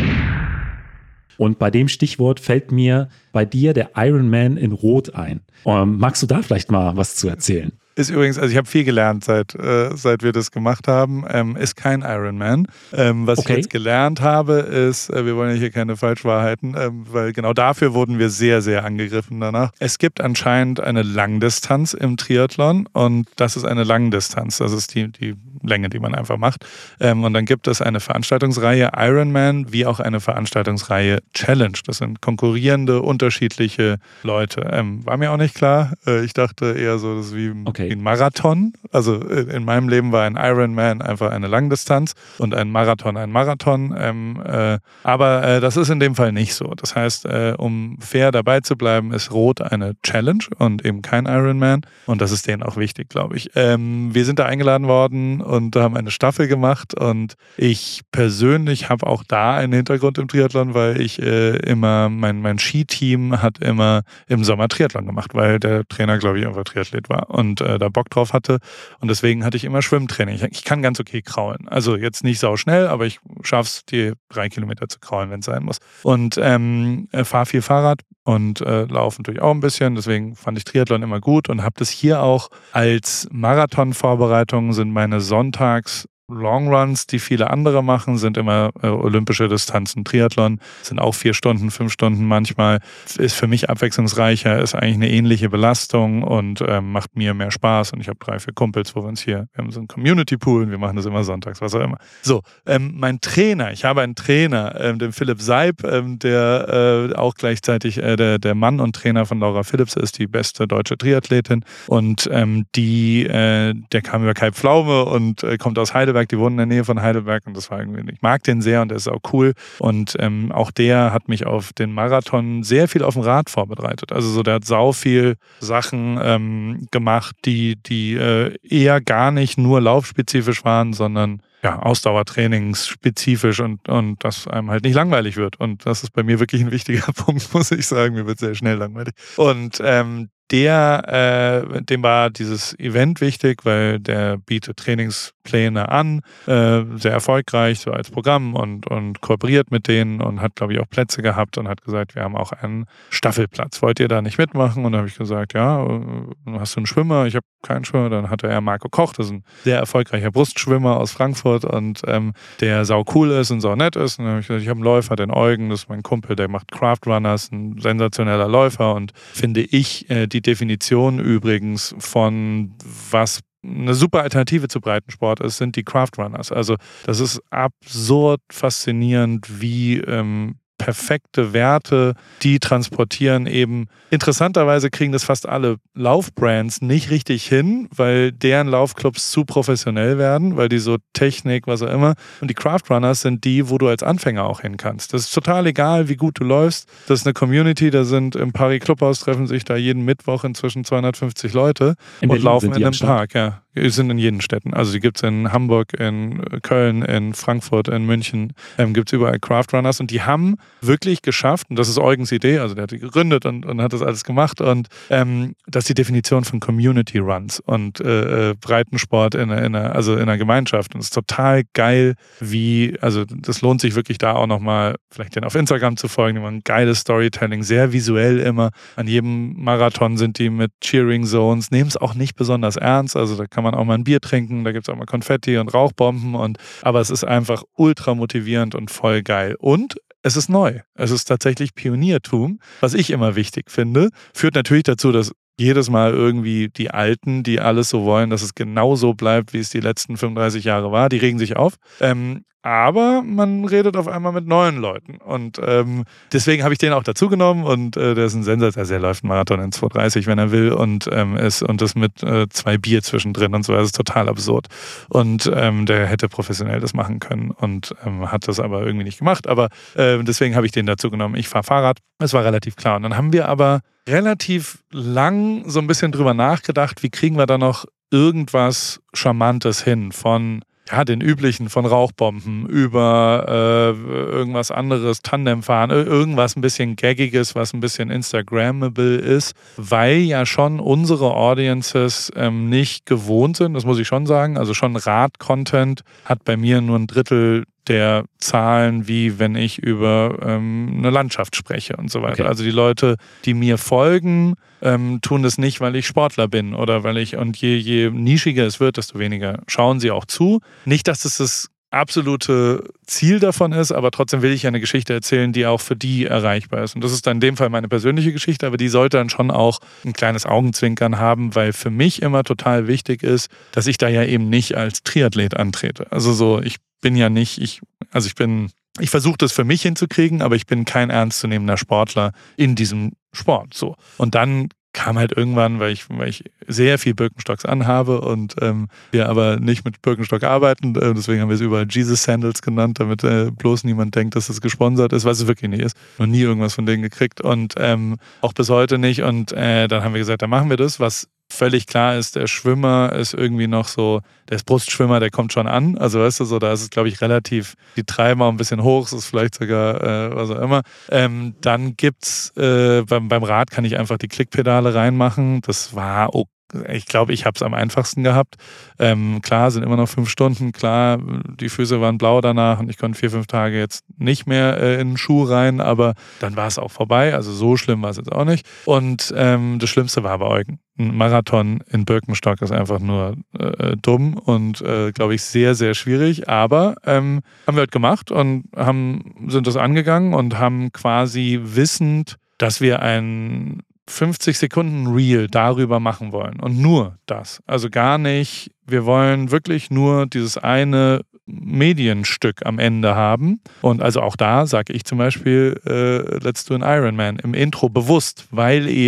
Und bei dem Stichwort fällt mir bei dir der Ironman in Rot ein. Ähm, magst du da vielleicht mal was zu erzählen? Ist übrigens, also ich habe viel gelernt, seit, äh, seit wir das gemacht haben. Ähm, ist kein Ironman. Ähm, was okay. ich jetzt gelernt habe, ist, äh, wir wollen ja hier keine Falschwahrheiten, ähm, weil genau dafür wurden wir sehr, sehr angegriffen danach. Es gibt anscheinend eine Langdistanz im Triathlon und das ist eine Langdistanz. Das ist die, die Länge, die man einfach macht. Ähm, und dann gibt es eine Veranstaltungsreihe Ironman wie auch eine Veranstaltungsreihe Challenge. Das sind konkurrierende, unterschiedliche Leute. Ähm, war mir auch nicht klar. Äh, ich dachte eher so, das ist wie okay. ein Marathon. Also in meinem Leben war ein Ironman einfach eine Langdistanz und ein Marathon ein Marathon. Ähm, äh, aber äh, das ist in dem Fall nicht so. Das heißt, äh, um fair dabei zu bleiben, ist Rot eine Challenge und eben kein Ironman. Und das ist denen auch wichtig, glaube ich. Ähm, wir sind da eingeladen worden und haben eine Staffel gemacht. Und ich persönlich habe auch da einen Hintergrund im Triathlon, weil ich äh, immer, mein, mein Skiteam hat immer im Sommer Triathlon gemacht, weil der Trainer, glaube ich, einfach Triathlet war und äh, da Bock drauf hatte. Und deswegen hatte ich immer Schwimmtraining. Ich, ich kann ganz okay kraulen. Also jetzt nicht sau schnell, aber ich schaff's, die drei Kilometer zu kraulen, wenn es sein muss. Und ähm, fahre viel Fahrrad und äh, laufe natürlich auch ein bisschen. Deswegen fand ich Triathlon immer gut und habe das hier auch als Marathonvorbereitung sind meine Sonntags Longruns, die viele andere machen, sind immer äh, olympische Distanzen. Triathlon sind auch vier Stunden, fünf Stunden manchmal. Ist für mich abwechslungsreicher, ist eigentlich eine ähnliche Belastung und ähm, macht mir mehr Spaß. Und ich habe drei, vier Kumpels, wo wir uns hier, wir haben so einen Community-Pool und wir machen das immer sonntags, was auch immer. So, ähm, mein Trainer, ich habe einen Trainer, ähm, den Philipp Seib, ähm, der äh, auch gleichzeitig äh, der, der Mann und Trainer von Laura Philipps ist, die beste deutsche Triathletin. Und ähm, die, äh, der kam über Kai Pflaume und äh, kommt aus Heidelberg. Heidelberg, die wohnen in der Nähe von Heidelberg und das war irgendwie, ich mag den sehr und der ist auch cool und ähm, auch der hat mich auf den Marathon sehr viel auf dem Rad vorbereitet. Also so, der hat sau viel Sachen ähm, gemacht, die, die äh, eher gar nicht nur laufspezifisch waren, sondern ja, Ausdauertrainingsspezifisch und, und dass einem halt nicht langweilig wird. Und das ist bei mir wirklich ein wichtiger Punkt, muss ich sagen. Mir wird sehr schnell langweilig. Und ähm, der, äh, dem war dieses Event wichtig, weil der bietet Trainingspläne an, äh, sehr erfolgreich so als Programm und, und kooperiert mit denen und hat, glaube ich, auch Plätze gehabt und hat gesagt, wir haben auch einen Staffelplatz. Wollt ihr da nicht mitmachen? Und da habe ich gesagt, ja, hast du einen Schwimmer? Ich habe keinen Schwimmer. Dann hatte er Marco Koch, das ist ein sehr erfolgreicher Brustschwimmer aus Frankfurt und ähm, der sau cool ist und sau nett ist. Und dann habe ich gesagt, ich habe einen Läufer, den Eugen, das ist mein Kumpel, der macht Craft Runners, ein sensationeller Läufer und finde ich, äh, die Definition übrigens von was eine super Alternative zu Breitensport ist, sind die Craft Runners. Also das ist absurd faszinierend, wie ähm, perfekte Werte, die transportieren eben. Interessanterweise kriegen das fast alle Laufbrands nicht richtig hin, weil deren Laufclubs zu professionell werden, weil die so Technik, was auch immer. Und die Craft Runners sind die, wo du als Anfänger auch hin kannst. Das ist total egal, wie gut du läufst. Das ist eine Community, da sind im Paris Clubhaus, treffen sich da jeden Mittwoch inzwischen zweihundertfünfzig Leute in und Berlin laufen in die einem Park. Ja. Die sind in jeden Städten. Also die gibt es in Hamburg, in Köln, in Frankfurt, in München. Ähm, gibt es überall Craft Runners und die haben wirklich geschafft, und das ist Eugens Idee, also der hat die gegründet und, und hat das alles gemacht und ähm, das ist die Definition von Community Runs und äh, Breitensport in, in, einer, also in einer Gemeinschaft und es ist total geil, wie, also das lohnt sich wirklich da auch nochmal, vielleicht den auf Instagram zu folgen, die machen geiles Storytelling, sehr visuell immer, an jedem Marathon sind die mit Cheering Zones, nehmen es auch nicht besonders ernst, also da kann man auch mal ein Bier trinken, da gibt es auch mal Konfetti und Rauchbomben und aber es ist einfach ultra motivierend und voll geil und es ist neu. Es ist tatsächlich Pioniertum, was ich immer wichtig finde. Führt natürlich dazu, dass jedes Mal irgendwie die Alten, die alles so wollen, dass es genau so bleibt, wie es die letzten fünfunddreißig Jahre war, die regen sich auf. Ähm, aber man redet auf einmal mit neuen Leuten. Und ähm, deswegen habe ich den auch dazu genommen. Und äh, der ist ein Sensor. Also er läuft einen Marathon in zwei dreißig, wenn er will. Und, ähm, ist, und das mit äh, zwei Bier zwischendrin und so. Das ist total absurd. Und ähm, der hätte professionell das machen können und ähm, hat das aber irgendwie nicht gemacht. Aber äh, deswegen habe ich den dazu genommen. Ich fahre Fahrrad. Das war relativ klar. Und dann haben wir aber relativ lang so ein bisschen drüber nachgedacht, wie kriegen wir da noch irgendwas Charmantes hin von ja, den üblichen, von Rauchbomben über äh, irgendwas anderes, Tandemfahren, irgendwas ein bisschen Gaggiges, was ein bisschen Instagrammable ist, weil ja schon unsere Audiences ähm, nicht gewohnt sind, das muss ich schon sagen, also schon Rad-Content hat bei mir nur ein Drittel der Zahlen, wie wenn ich über ähm, eine Landschaft spreche und so weiter. Okay. Also die Leute, die mir folgen, ähm, tun das nicht, weil ich Sportler bin oder weil ich, und je, je nischiger es wird, desto weniger schauen sie auch zu. Nicht, dass das das absolute Ziel davon ist, aber trotzdem will ich ja eine Geschichte erzählen, die auch für die erreichbar ist. Und das ist dann in dem Fall meine persönliche Geschichte, aber die sollte dann schon auch ein kleines Augenzwinkern haben, weil für mich immer total wichtig ist, dass ich da ja eben nicht als Triathlet antrete. Also so, ich bin ja nicht, ich, also ich bin, ich versuche das für mich hinzukriegen, aber ich bin kein ernstzunehmender Sportler in diesem Sport. So. Und dann kam halt irgendwann, weil ich, weil ich sehr viel Birkenstocks anhabe und ähm, wir aber nicht mit Birkenstock arbeiten, äh, deswegen haben wir es überall Jesus Sandals genannt, damit äh, bloß niemand denkt, dass es gesponsert ist, was es wirklich nicht ist. Noch nie irgendwas von denen gekriegt und ähm, auch bis heute nicht. Und äh, dann haben wir gesagt, dann machen wir das, was völlig klar ist, der Schwimmer ist irgendwie noch so, der ist Brustschwimmer, der kommt schon an. Also weißt du, so da ist es, glaube ich, relativ, die treiben auch ein bisschen hoch, es ist vielleicht sogar, äh, was auch immer. Ähm, dann gibt's, äh, beim, beim Rad kann ich einfach die Klickpedale reinmachen. Das war okay. Ich glaube, ich habe es am einfachsten gehabt. Ähm, klar, sind immer noch fünf Stunden. Klar, die Füße waren blau danach und ich konnte vier, fünf Tage jetzt nicht mehr äh, in den Schuh rein, aber dann war es auch vorbei. Also so schlimm war es jetzt auch nicht. Und ähm, das Schlimmste war aber Eugen. Ein Marathon in Birkenstock ist einfach nur äh, dumm und, äh, glaube ich, sehr, sehr schwierig. Aber ähm, haben wir halt gemacht und haben, sind das angegangen und haben quasi wissend, dass wir ein fünfzig Sekunden Reel darüber machen wollen. Und nur das. Also gar nicht, wir wollen wirklich nur dieses eine Medienstück am Ende haben. Und also auch da sage ich zum Beispiel, äh, let's do an Ironman im Intro bewusst, weil eben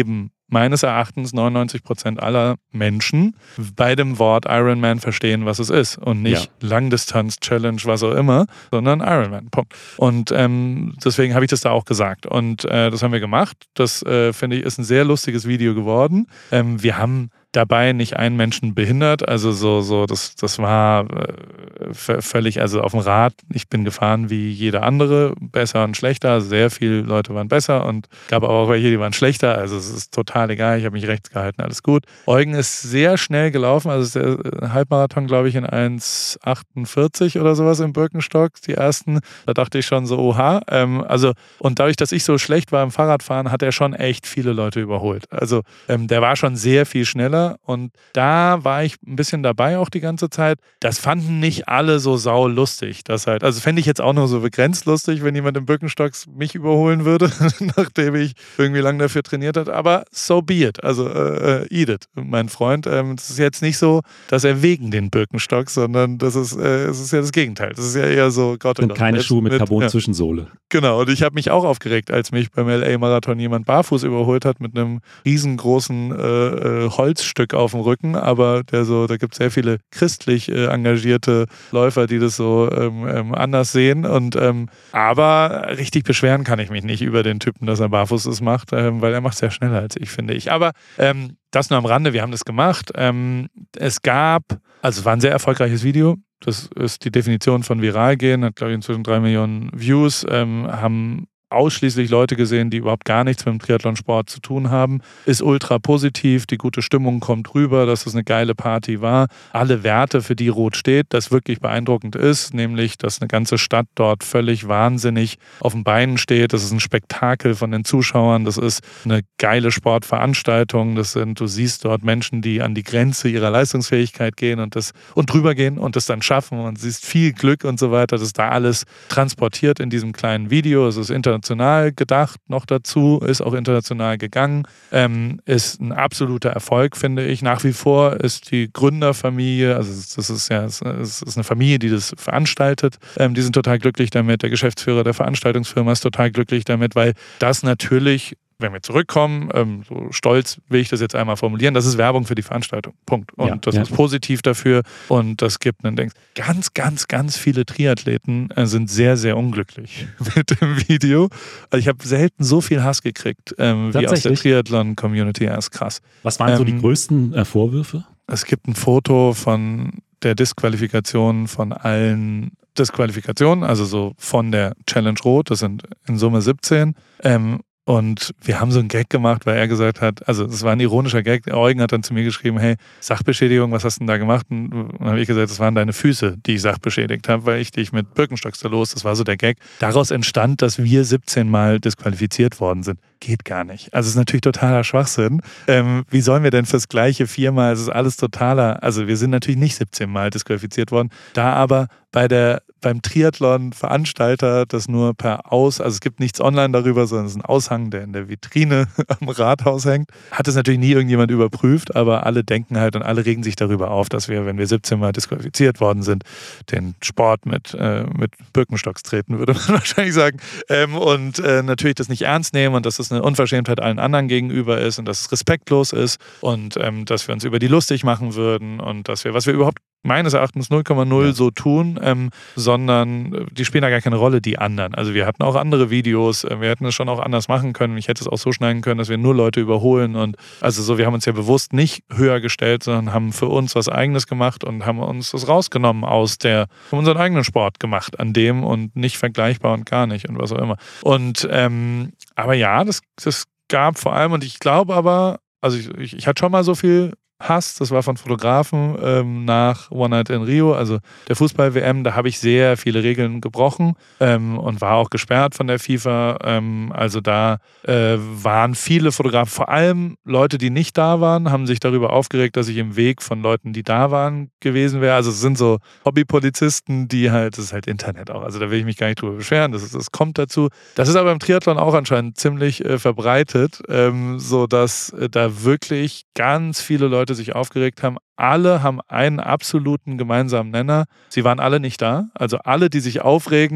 meines Erachtens neunundneunzig Prozent aller Menschen bei dem Wort Ironman verstehen, was es ist. Und nicht ja. Langdistanz-Challenge, was auch immer, sondern Ironman. Punkt. Und ähm, deswegen habe ich das da auch gesagt. Und äh, das haben wir gemacht. Das, äh, finde ich, ist ein sehr lustiges Video geworden. Ähm, wir haben dabei nicht einen Menschen behindert, also so, so das, das war äh, völlig, also auf dem Rad, ich bin gefahren wie jeder andere, besser und schlechter, sehr viele Leute waren besser und gab auch welche, die waren schlechter, also es ist total egal, ich habe mich rechts gehalten, alles gut. Eugen ist sehr schnell gelaufen, also der Halbmarathon, glaube ich, in eins achtundvierzig oder sowas im Birkenstock, die ersten, da dachte ich schon so, oha, ähm, also und dadurch, dass ich so schlecht war im Fahrradfahren, hat er schon echt viele Leute überholt, also ähm, der war schon sehr viel schneller. Und da war ich ein bisschen dabei auch die ganze Zeit. Das fanden nicht alle so sau lustig. Das halt, also fände ich jetzt auch nur so begrenzt lustig, wenn jemand im Birkenstocks mich überholen würde, nachdem ich irgendwie lange dafür trainiert habe. Aber so be it. Also äh, eat it, mein Freund. Ähm, das ist jetzt nicht so, dass er wegen den Birkenstocks, sondern das ist, äh, es ist ja das Gegenteil. Das ist ja eher so Gott und Gott. Und keine Schuhe mit, mit Carbon-Zwischensohle. Ja. Genau. Und ich habe mich auch aufgeregt, als mich beim L A-Marathon jemand barfuß überholt hat mit einem riesengroßen äh, Holz Stück auf dem Rücken, aber der so, da gibt es sehr viele christlich äh, engagierte Läufer, die das so ähm, ähm, anders sehen. Und ähm, aber richtig beschweren kann ich mich nicht über den Typen, dass er barfuß es macht, ähm, weil er macht es sehr schneller als ich, finde ich. Aber ähm, das nur am Rande, wir haben das gemacht. Ähm, es gab, also es war ein sehr erfolgreiches Video. Das ist die Definition von viral gehen, hat glaube ich inzwischen drei Millionen Views, ähm, haben ausschließlich Leute gesehen, die überhaupt gar nichts mit dem Triathlonsport zu tun haben. Ist ultra positiv, die gute Stimmung kommt rüber, dass es eine geile Party war. Alle Werte, für die Rot steht, das wirklich beeindruckend ist, nämlich, dass eine ganze Stadt dort völlig wahnsinnig auf den Beinen steht. Das ist ein Spektakel von den Zuschauern, das ist eine geile Sportveranstaltung. Das sind, du siehst dort Menschen, die an die Grenze ihrer Leistungsfähigkeit gehen und das und drüber gehen und das dann schaffen und siehst viel Glück und so weiter. Das ist da alles transportiert in diesem kleinen Video. Es ist international gedacht noch dazu, ist auch international gegangen, ähm, ist ein absoluter Erfolg, finde ich. Nach wie vor ist die Gründerfamilie, also das ist ja, es ist eine Familie, die das veranstaltet, ähm, die sind total glücklich damit. Der Geschäftsführer der Veranstaltungsfirma ist total glücklich damit, weil das natürlich, wenn wir zurückkommen, ähm, so stolz will ich das jetzt einmal formulieren, das ist Werbung für die Veranstaltung. Punkt. Und ja, das ja. ist positiv dafür und das gibt einen Denk. Ganz, ganz, ganz viele Triathleten äh, sind sehr, sehr unglücklich mit dem Video. Also ich habe selten so viel Hass gekriegt ähm, wie aus der Triathlon-Community. Ja, ist krass. Was waren ähm, so die größten äh, Vorwürfe? Es gibt ein Foto von der Disqualifikation von allen Disqualifikationen, also so von der Challenge Rot, das sind in Summe siebzehn. Ähm, Und wir haben so einen Gag gemacht, weil er gesagt hat, also es war ein ironischer Gag, Eugen hat dann zu mir geschrieben, hey, Sachbeschädigung, was hast du denn da gemacht? Und dann habe ich gesagt, das waren deine Füße, die ich sachbeschädigt habe, weil ich dich mit Birkenstocks da los, das war so der Gag. Daraus entstand, dass wir siebzehn Mal disqualifiziert worden sind. Geht gar nicht. Also es ist natürlich totaler Schwachsinn. Ähm, wie sollen wir denn fürs Gleiche viermal, es ist alles totaler, also wir sind natürlich nicht siebzehn Mal disqualifiziert worden, da aber bei der beim Triathlon-Veranstalter das nur per Aus, also es gibt nichts online darüber, sondern es ist ein Aushang, der in der Vitrine am Rathaus hängt. Hat es natürlich nie irgendjemand überprüft, aber alle denken halt und alle regen sich darüber auf, dass wir, wenn wir siebzehn Mal disqualifiziert worden sind, den Sport mit, äh, mit Birkenstocks treten, würde man wahrscheinlich sagen. Ähm, und äh, natürlich das nicht ernst nehmen und dass es eine Unverschämtheit allen anderen gegenüber ist und dass es respektlos ist und ähm, dass wir uns über die lustig machen würden und dass wir, was wir überhaupt meines Erachtens null Komma null ja. so tun, ähm, sondern die spielen da gar keine Rolle, die anderen. Also wir hatten auch andere Videos, äh, wir hätten es schon auch anders machen können. Ich hätte es auch so schneiden können, dass wir nur Leute überholen und also so, wir haben uns ja bewusst nicht höher gestellt, sondern haben für uns was Eigenes gemacht und haben uns das rausgenommen aus der, haben unseren eigenen Sport gemacht an dem und nicht vergleichbar und gar nicht und was auch immer. Und ähm, aber ja, das, das gab vor allem und ich glaube aber, also ich, ich, ich hatte schon mal so viel Hass, das war von Fotografen ähm, nach One Night in Rio, also der Fußball-W M, da habe ich sehr viele Regeln gebrochen ähm, und war auch gesperrt von der FIFA. Ähm, also da äh, waren viele Fotografen, vor allem Leute, die nicht da waren, haben sich darüber aufgeregt, dass ich im Weg von Leuten, die da waren, gewesen wäre. Also es sind so Hobbypolizisten, die halt, das ist halt Internet auch, also da will ich mich gar nicht drüber beschweren, das, ist, das kommt dazu. Das ist aber im Triathlon auch anscheinend ziemlich äh, verbreitet, ähm, sodass äh, da wirklich ganz viele Leute sich aufgeregt haben. Alle haben einen absoluten gemeinsamen Nenner. Sie waren alle nicht da. Also alle, die sich aufregen,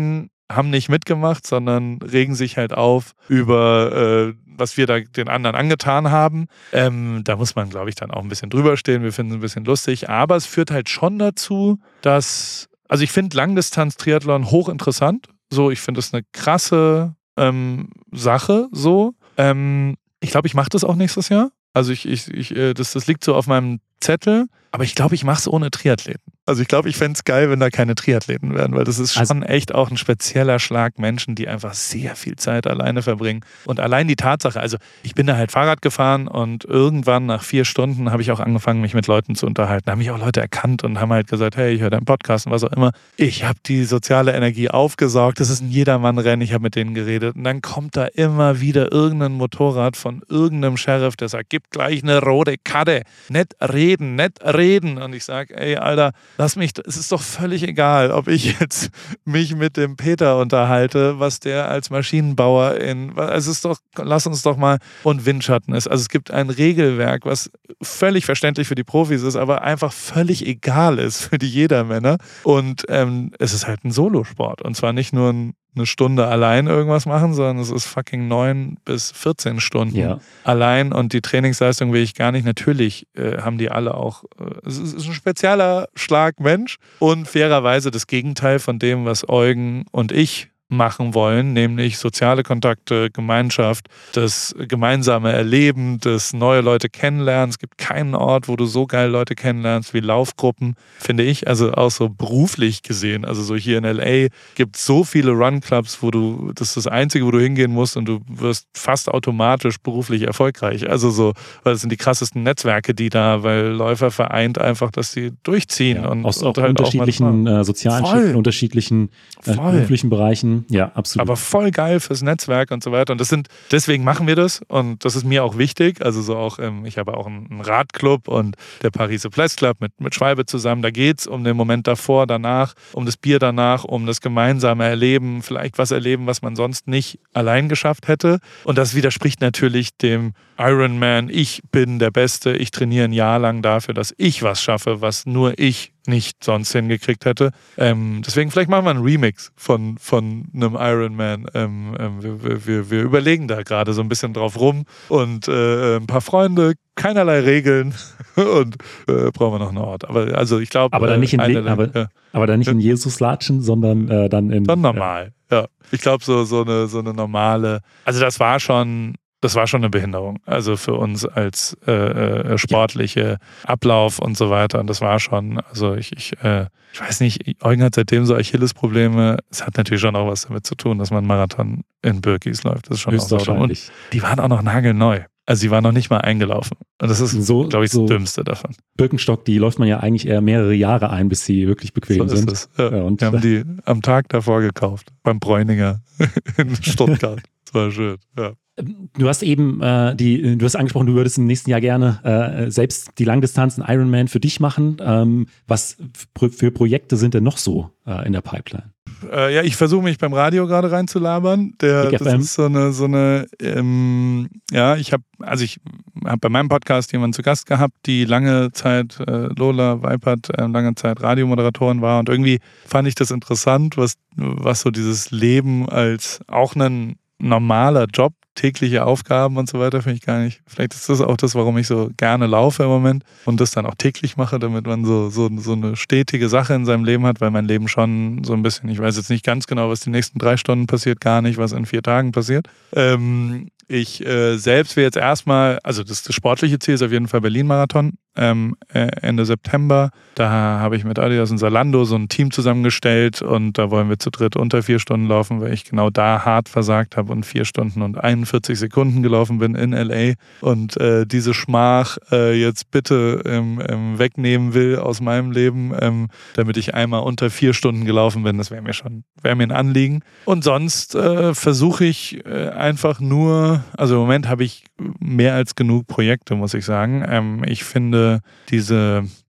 haben nicht mitgemacht, sondern regen sich halt auf über, äh, was wir da den anderen angetan haben. Ähm, da muss man, glaube ich, dann auch ein bisschen drüber stehen. Wir finden es ein bisschen lustig. Aber es führt halt schon dazu, dass, also ich finde Langdistanz-Triathlon hochinteressant. So, ich finde es eine krasse ähm, Sache. So, ähm, ich glaube, ich mache das auch nächstes Jahr. Also ich, ich, ich äh, das, das liegt so auf meinem Zettel. Aber ich glaube, ich mache es ohne Triathleten. Also ich glaube, ich fände es geil, wenn da keine Triathleten wären, weil das ist schon also, echt auch ein spezieller Schlag Menschen, die einfach sehr viel Zeit alleine verbringen. Und allein die Tatsache, also ich bin da halt Fahrrad gefahren und irgendwann nach vier Stunden habe ich auch angefangen, mich mit Leuten zu unterhalten. Da haben mich auch Leute erkannt und haben halt gesagt, hey, ich höre deinen Podcast und was auch immer. Ich habe die soziale Energie aufgesaugt, das ist ein Jedermann-Rennen, ich habe mit denen geredet. Und dann kommt da immer wieder irgendein Motorrad von irgendeinem Sheriff, der sagt, gib gleich eine rote Karte. Nicht reden, nicht reden. Und ich sage, ey, Alter, lass mich, es ist doch völlig egal, ob ich jetzt mich mit dem Peter unterhalte, was der als Maschinenbauer in, es ist doch, lass uns doch mal, und Windschatten ist. Also es gibt ein Regelwerk, was völlig verständlich für die Profis ist, aber einfach völlig egal ist für die Jedermänner. Und ähm, es ist halt ein Solosport. Und zwar nicht nur ein eine Stunde allein irgendwas machen, sondern es ist fucking neun bis vierzehn Stunden ja. allein und die Trainingsleistung will ich gar nicht. Natürlich äh, haben die alle auch, äh, es ist ein spezieller Schlag Mensch und fairerweise das Gegenteil von dem, was Eugen und ich machen wollen, nämlich soziale Kontakte, Gemeinschaft, das gemeinsame Erleben, das neue Leute kennenlernen. Es gibt keinen Ort, wo du so geil Leute kennenlernst wie Laufgruppen, finde ich, also auch so beruflich gesehen. Also so hier in L A gibt es so viele Run-Clubs, wo du, das ist das Einzige, wo du hingehen musst und du wirst fast automatisch beruflich erfolgreich. Also so, weil das sind die krassesten Netzwerke, die da, weil Läufer vereint einfach, dass sie durchziehen. Ja, und, aus und auch halt unterschiedlichen auch äh, sozialen Schichten, unterschiedlichen äh, beruflichen Bereichen. Ja, absolut. Aber voll geil fürs Netzwerk und so weiter. Und das sind, deswegen machen wir das und das ist mir auch wichtig. Also so auch, ähm, ich habe auch einen, einen Radclub und der Paris Place Club mit, mit Schwalbe zusammen. Da geht es um den Moment davor, danach, um das Bier danach, um das gemeinsame Erleben, vielleicht was erleben, was man sonst nicht allein geschafft hätte. Und das widerspricht natürlich dem Ironman. Ich bin der Beste, ich trainiere ein Jahr lang dafür, dass ich was schaffe, was nur ich nicht sonst hingekriegt hätte. Ähm, deswegen vielleicht machen wir einen Remix von, von einem Ironman. Ähm, ähm, wir, wir, wir überlegen da gerade so ein bisschen drauf rum und äh, ein paar Freunde, keinerlei Regeln und äh, brauchen wir noch einen Ort. Aber also ich glaube, aber dann nicht in, äh, Le- aber, ja. aber dann nicht in Jesus latschen, sondern äh, dann in dann normal. Ja, ja. Ich glaube so so eine so eine normale. Also das war schon Das war schon eine Behinderung, also für uns als äh, äh, sportliche Ablauf und so weiter. Und das war schon, also ich, ich, äh, ich weiß nicht, Eugen hat seitdem so Achillesprobleme. Es hat natürlich schon auch was damit zu tun, dass man einen Marathon in Birkis läuft. Das ist schon auch so. Und die waren auch noch nagelneu. Also die waren noch nicht mal eingelaufen. Und das ist, so, glaube ich, das so Dümmste davon. Birkenstock, die läuft man ja eigentlich eher mehrere Jahre ein, bis sie wirklich bequem so sind. Ist es. Ja. Ja, und wir haben die am Tag davor gekauft, beim Bräuninger in Stuttgart. Das war schön, ja. Du hast eben äh, die, du hast angesprochen, du würdest im nächsten Jahr gerne äh, selbst die Langdistanzen Ironman für dich machen. Ähm, was f- für Projekte sind denn noch so äh, in der Pipeline? Äh, ja, ich versuche mich beim Radio gerade reinzulabern. Der, das F M. Ist so eine, so eine ähm, ja, ich habe, also ich habe bei meinem Podcast jemanden zu Gast gehabt, die lange Zeit, äh, Lola Weipert, äh, lange Zeit Radiomoderatorin war und irgendwie fand ich das interessant, was, was so dieses Leben als auch ein normaler Job, tägliche Aufgaben und so weiter, finde ich gar nicht. Vielleicht ist das auch das, warum ich so gerne laufe im Moment und das dann auch täglich mache, damit man so, so, so eine stetige Sache in seinem Leben hat, weil mein Leben schon so ein bisschen, ich weiß jetzt nicht ganz genau, was die nächsten drei Stunden passiert, gar nicht, was in vier Tagen passiert. Ähm, ich äh, selbst will jetzt erstmal, also das, das sportliche Ziel ist auf jeden Fall Berlin-Marathon, ähm, äh, Ende September. Da habe ich mit Adidas und Zalando so ein Team zusammengestellt und da wollen wir zu dritt unter vier Stunden laufen, weil ich genau da hart versagt habe und vier Stunden und einundvierzig Sekunden gelaufen bin in L A und äh, diese Schmach äh, jetzt bitte ähm, ähm, wegnehmen will aus meinem Leben, ähm, damit ich einmal unter vier Stunden gelaufen bin. Das wäre mir schon, wäre mir ein Anliegen. Und sonst äh, versuche ich äh, einfach nur, also im Moment habe ich mehr als genug Projekte, muss ich sagen. Ähm, ich finde diese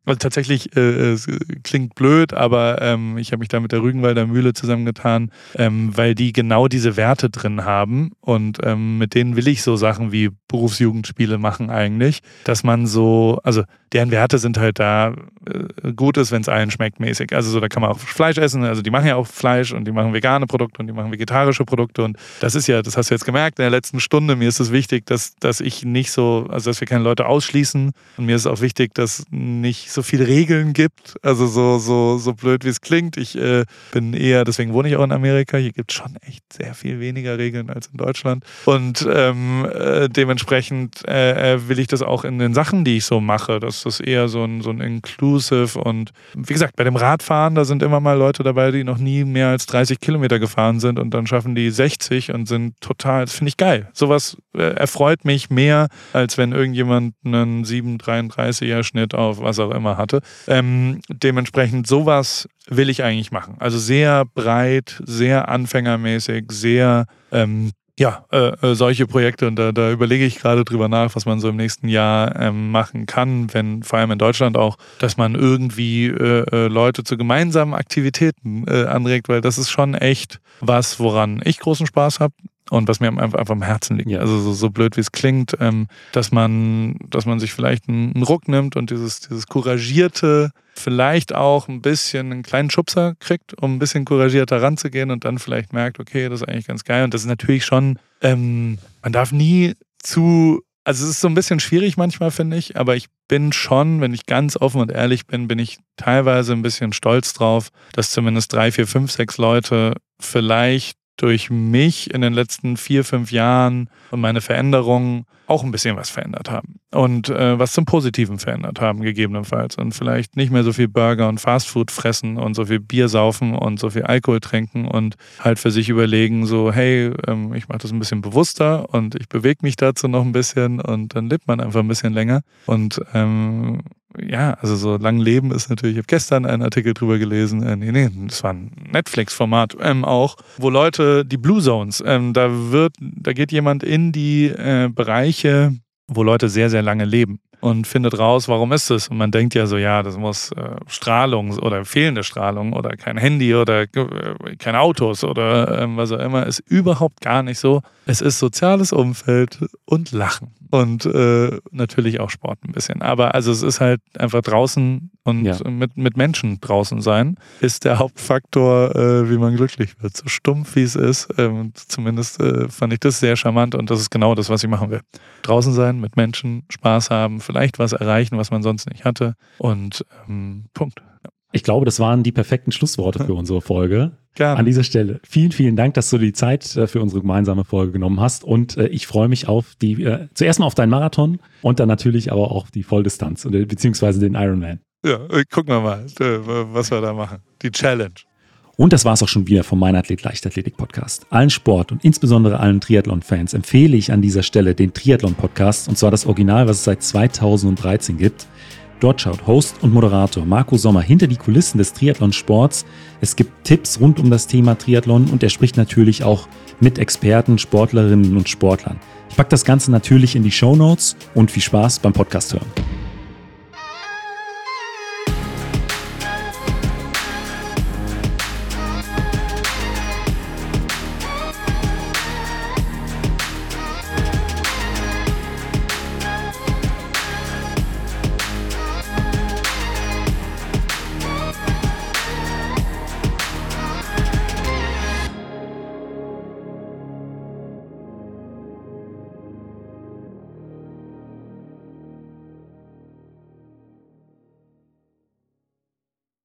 Also tatsächlich, äh, es klingt blöd, aber ähm, ich habe mich da mit der Rügenwalder Mühle zusammengetan, ähm, weil die genau diese Werte drin haben und ähm, mit denen will ich so Sachen wie Berufsjugendspiele machen eigentlich, dass man so, also deren Werte sind halt da, äh, gut ist, wenn es allen schmeckt mäßig. Also so, da kann man auch Fleisch essen, also die machen ja auch Fleisch und die machen vegane Produkte und die machen vegetarische Produkte und das ist ja, das hast du jetzt gemerkt in der letzten Stunde, mir ist es wichtig, dass, dass ich nicht so, also dass wir keine Leute ausschließen und mir ist auch wichtig, dass nicht so viele Regeln gibt, also so, so, so blöd wie es klingt. Ich äh, bin eher, deswegen wohne ich auch in Amerika, hier gibt es schon echt sehr viel weniger Regeln als in Deutschland und ähm, äh, dementsprechend äh, will ich das auch in den Sachen, die ich so mache, dass das eher so ein, so ein Inclusive und wie gesagt, bei dem Radfahren, da sind immer mal Leute dabei, die noch nie mehr als dreißig Kilometer gefahren sind und dann schaffen die sechzig und sind total, das finde ich geil. Sowas äh, erfreut mich mehr, als wenn irgendjemand einen sieben Komma dreiunddreißiger Schnitt auf was auch immer hatte. Ähm, dementsprechend sowas will ich eigentlich machen. Also sehr breit, sehr anfängermäßig, sehr ähm, ja, äh, solche Projekte und da, da überlege ich gerade drüber nach, was man so im nächsten Jahr ähm, machen kann, wenn vor allem in Deutschland auch, dass man irgendwie äh, äh, Leute zu gemeinsamen Aktivitäten äh, anregt, weil das ist schon echt was, woran ich großen Spaß habe. Und was mir einfach, einfach am Herzen liegt. Ja. Also so, so blöd wie es klingt, ähm, dass man, dass man sich vielleicht einen, einen Ruck nimmt und dieses, dieses couragierte, vielleicht auch ein bisschen einen kleinen Schubser kriegt, um ein bisschen couragierter ranzugehen und dann vielleicht merkt, okay, das ist eigentlich ganz geil. Und das ist natürlich schon, ähm, man darf nie zu, also es ist so ein bisschen schwierig manchmal, finde ich, aber ich bin schon, wenn ich ganz offen und ehrlich bin, bin ich teilweise ein bisschen stolz drauf, dass zumindest drei, vier, fünf, sechs Leute vielleicht durch mich in den letzten vier, fünf Jahren und meine Veränderungen auch ein bisschen was verändert haben. Und äh, was zum Positiven verändert haben, gegebenenfalls. Und vielleicht nicht mehr so viel Burger und Fastfood fressen und so viel Bier saufen und so viel Alkohol trinken und halt für sich überlegen, so, hey, ähm, ich mache das ein bisschen bewusster und ich bewege mich dazu noch ein bisschen und dann lebt man einfach ein bisschen länger. Und ähm, ja, also so lang Leben ist natürlich, ich habe gestern einen Artikel drüber gelesen, äh, nee, nee, das war ein Netflix-Format ähm, auch, wo Leute, die Blue Zones, ähm, da wird, da geht jemand in die äh, Bereiche, wo Leute sehr, sehr lange leben und findet raus, warum ist es? Und man denkt ja so, ja, das muss äh, Strahlung oder fehlende Strahlung oder kein Handy oder äh, keine Autos oder ähm, was auch immer, ist überhaupt gar nicht so. Es ist soziales Umfeld und Lachen. Und äh, natürlich auch Sport ein bisschen. Aber also es ist halt einfach draußen und ja. mit, mit Menschen draußen sein, ist der Hauptfaktor, äh, wie man glücklich wird. So stumpf wie es ist. Ähm, zumindest äh, fand ich das sehr charmant und das ist genau das, was ich machen will. Draußen sein, mit Menschen, Spaß haben, vielleicht was erreichen, was man sonst nicht hatte. Und ähm, Punkt. Ja. Ich glaube, das waren die perfekten Schlussworte für unsere Folge. Gerne. An dieser Stelle. Vielen, vielen Dank, dass du die Zeit äh, für unsere gemeinsame Folge genommen hast. Und äh, ich freue mich auf die, äh, zuerst mal auf deinen Marathon und dann natürlich aber auch die Volldistanz, oder, beziehungsweise den Ironman. Ja, gucken wir mal, was wir da machen. Die Challenge. Und das war es auch schon wieder vom Mein Athlet Leichtathletik Podcast. Allen Sport und insbesondere allen Triathlon-Fans empfehle ich an dieser Stelle den Triathlon-Podcast, und zwar das Original, was es seit zweitausenddreizehn gibt. Dort schaut Host und Moderator Marco Sommer hinter die Kulissen des Triathlon-Sports. Es gibt Tipps rund um das Thema Triathlon und er spricht natürlich auch mit Experten, Sportlerinnen und Sportlern. Ich packe das Ganze natürlich in die Shownotes und viel Spaß beim Podcast hören.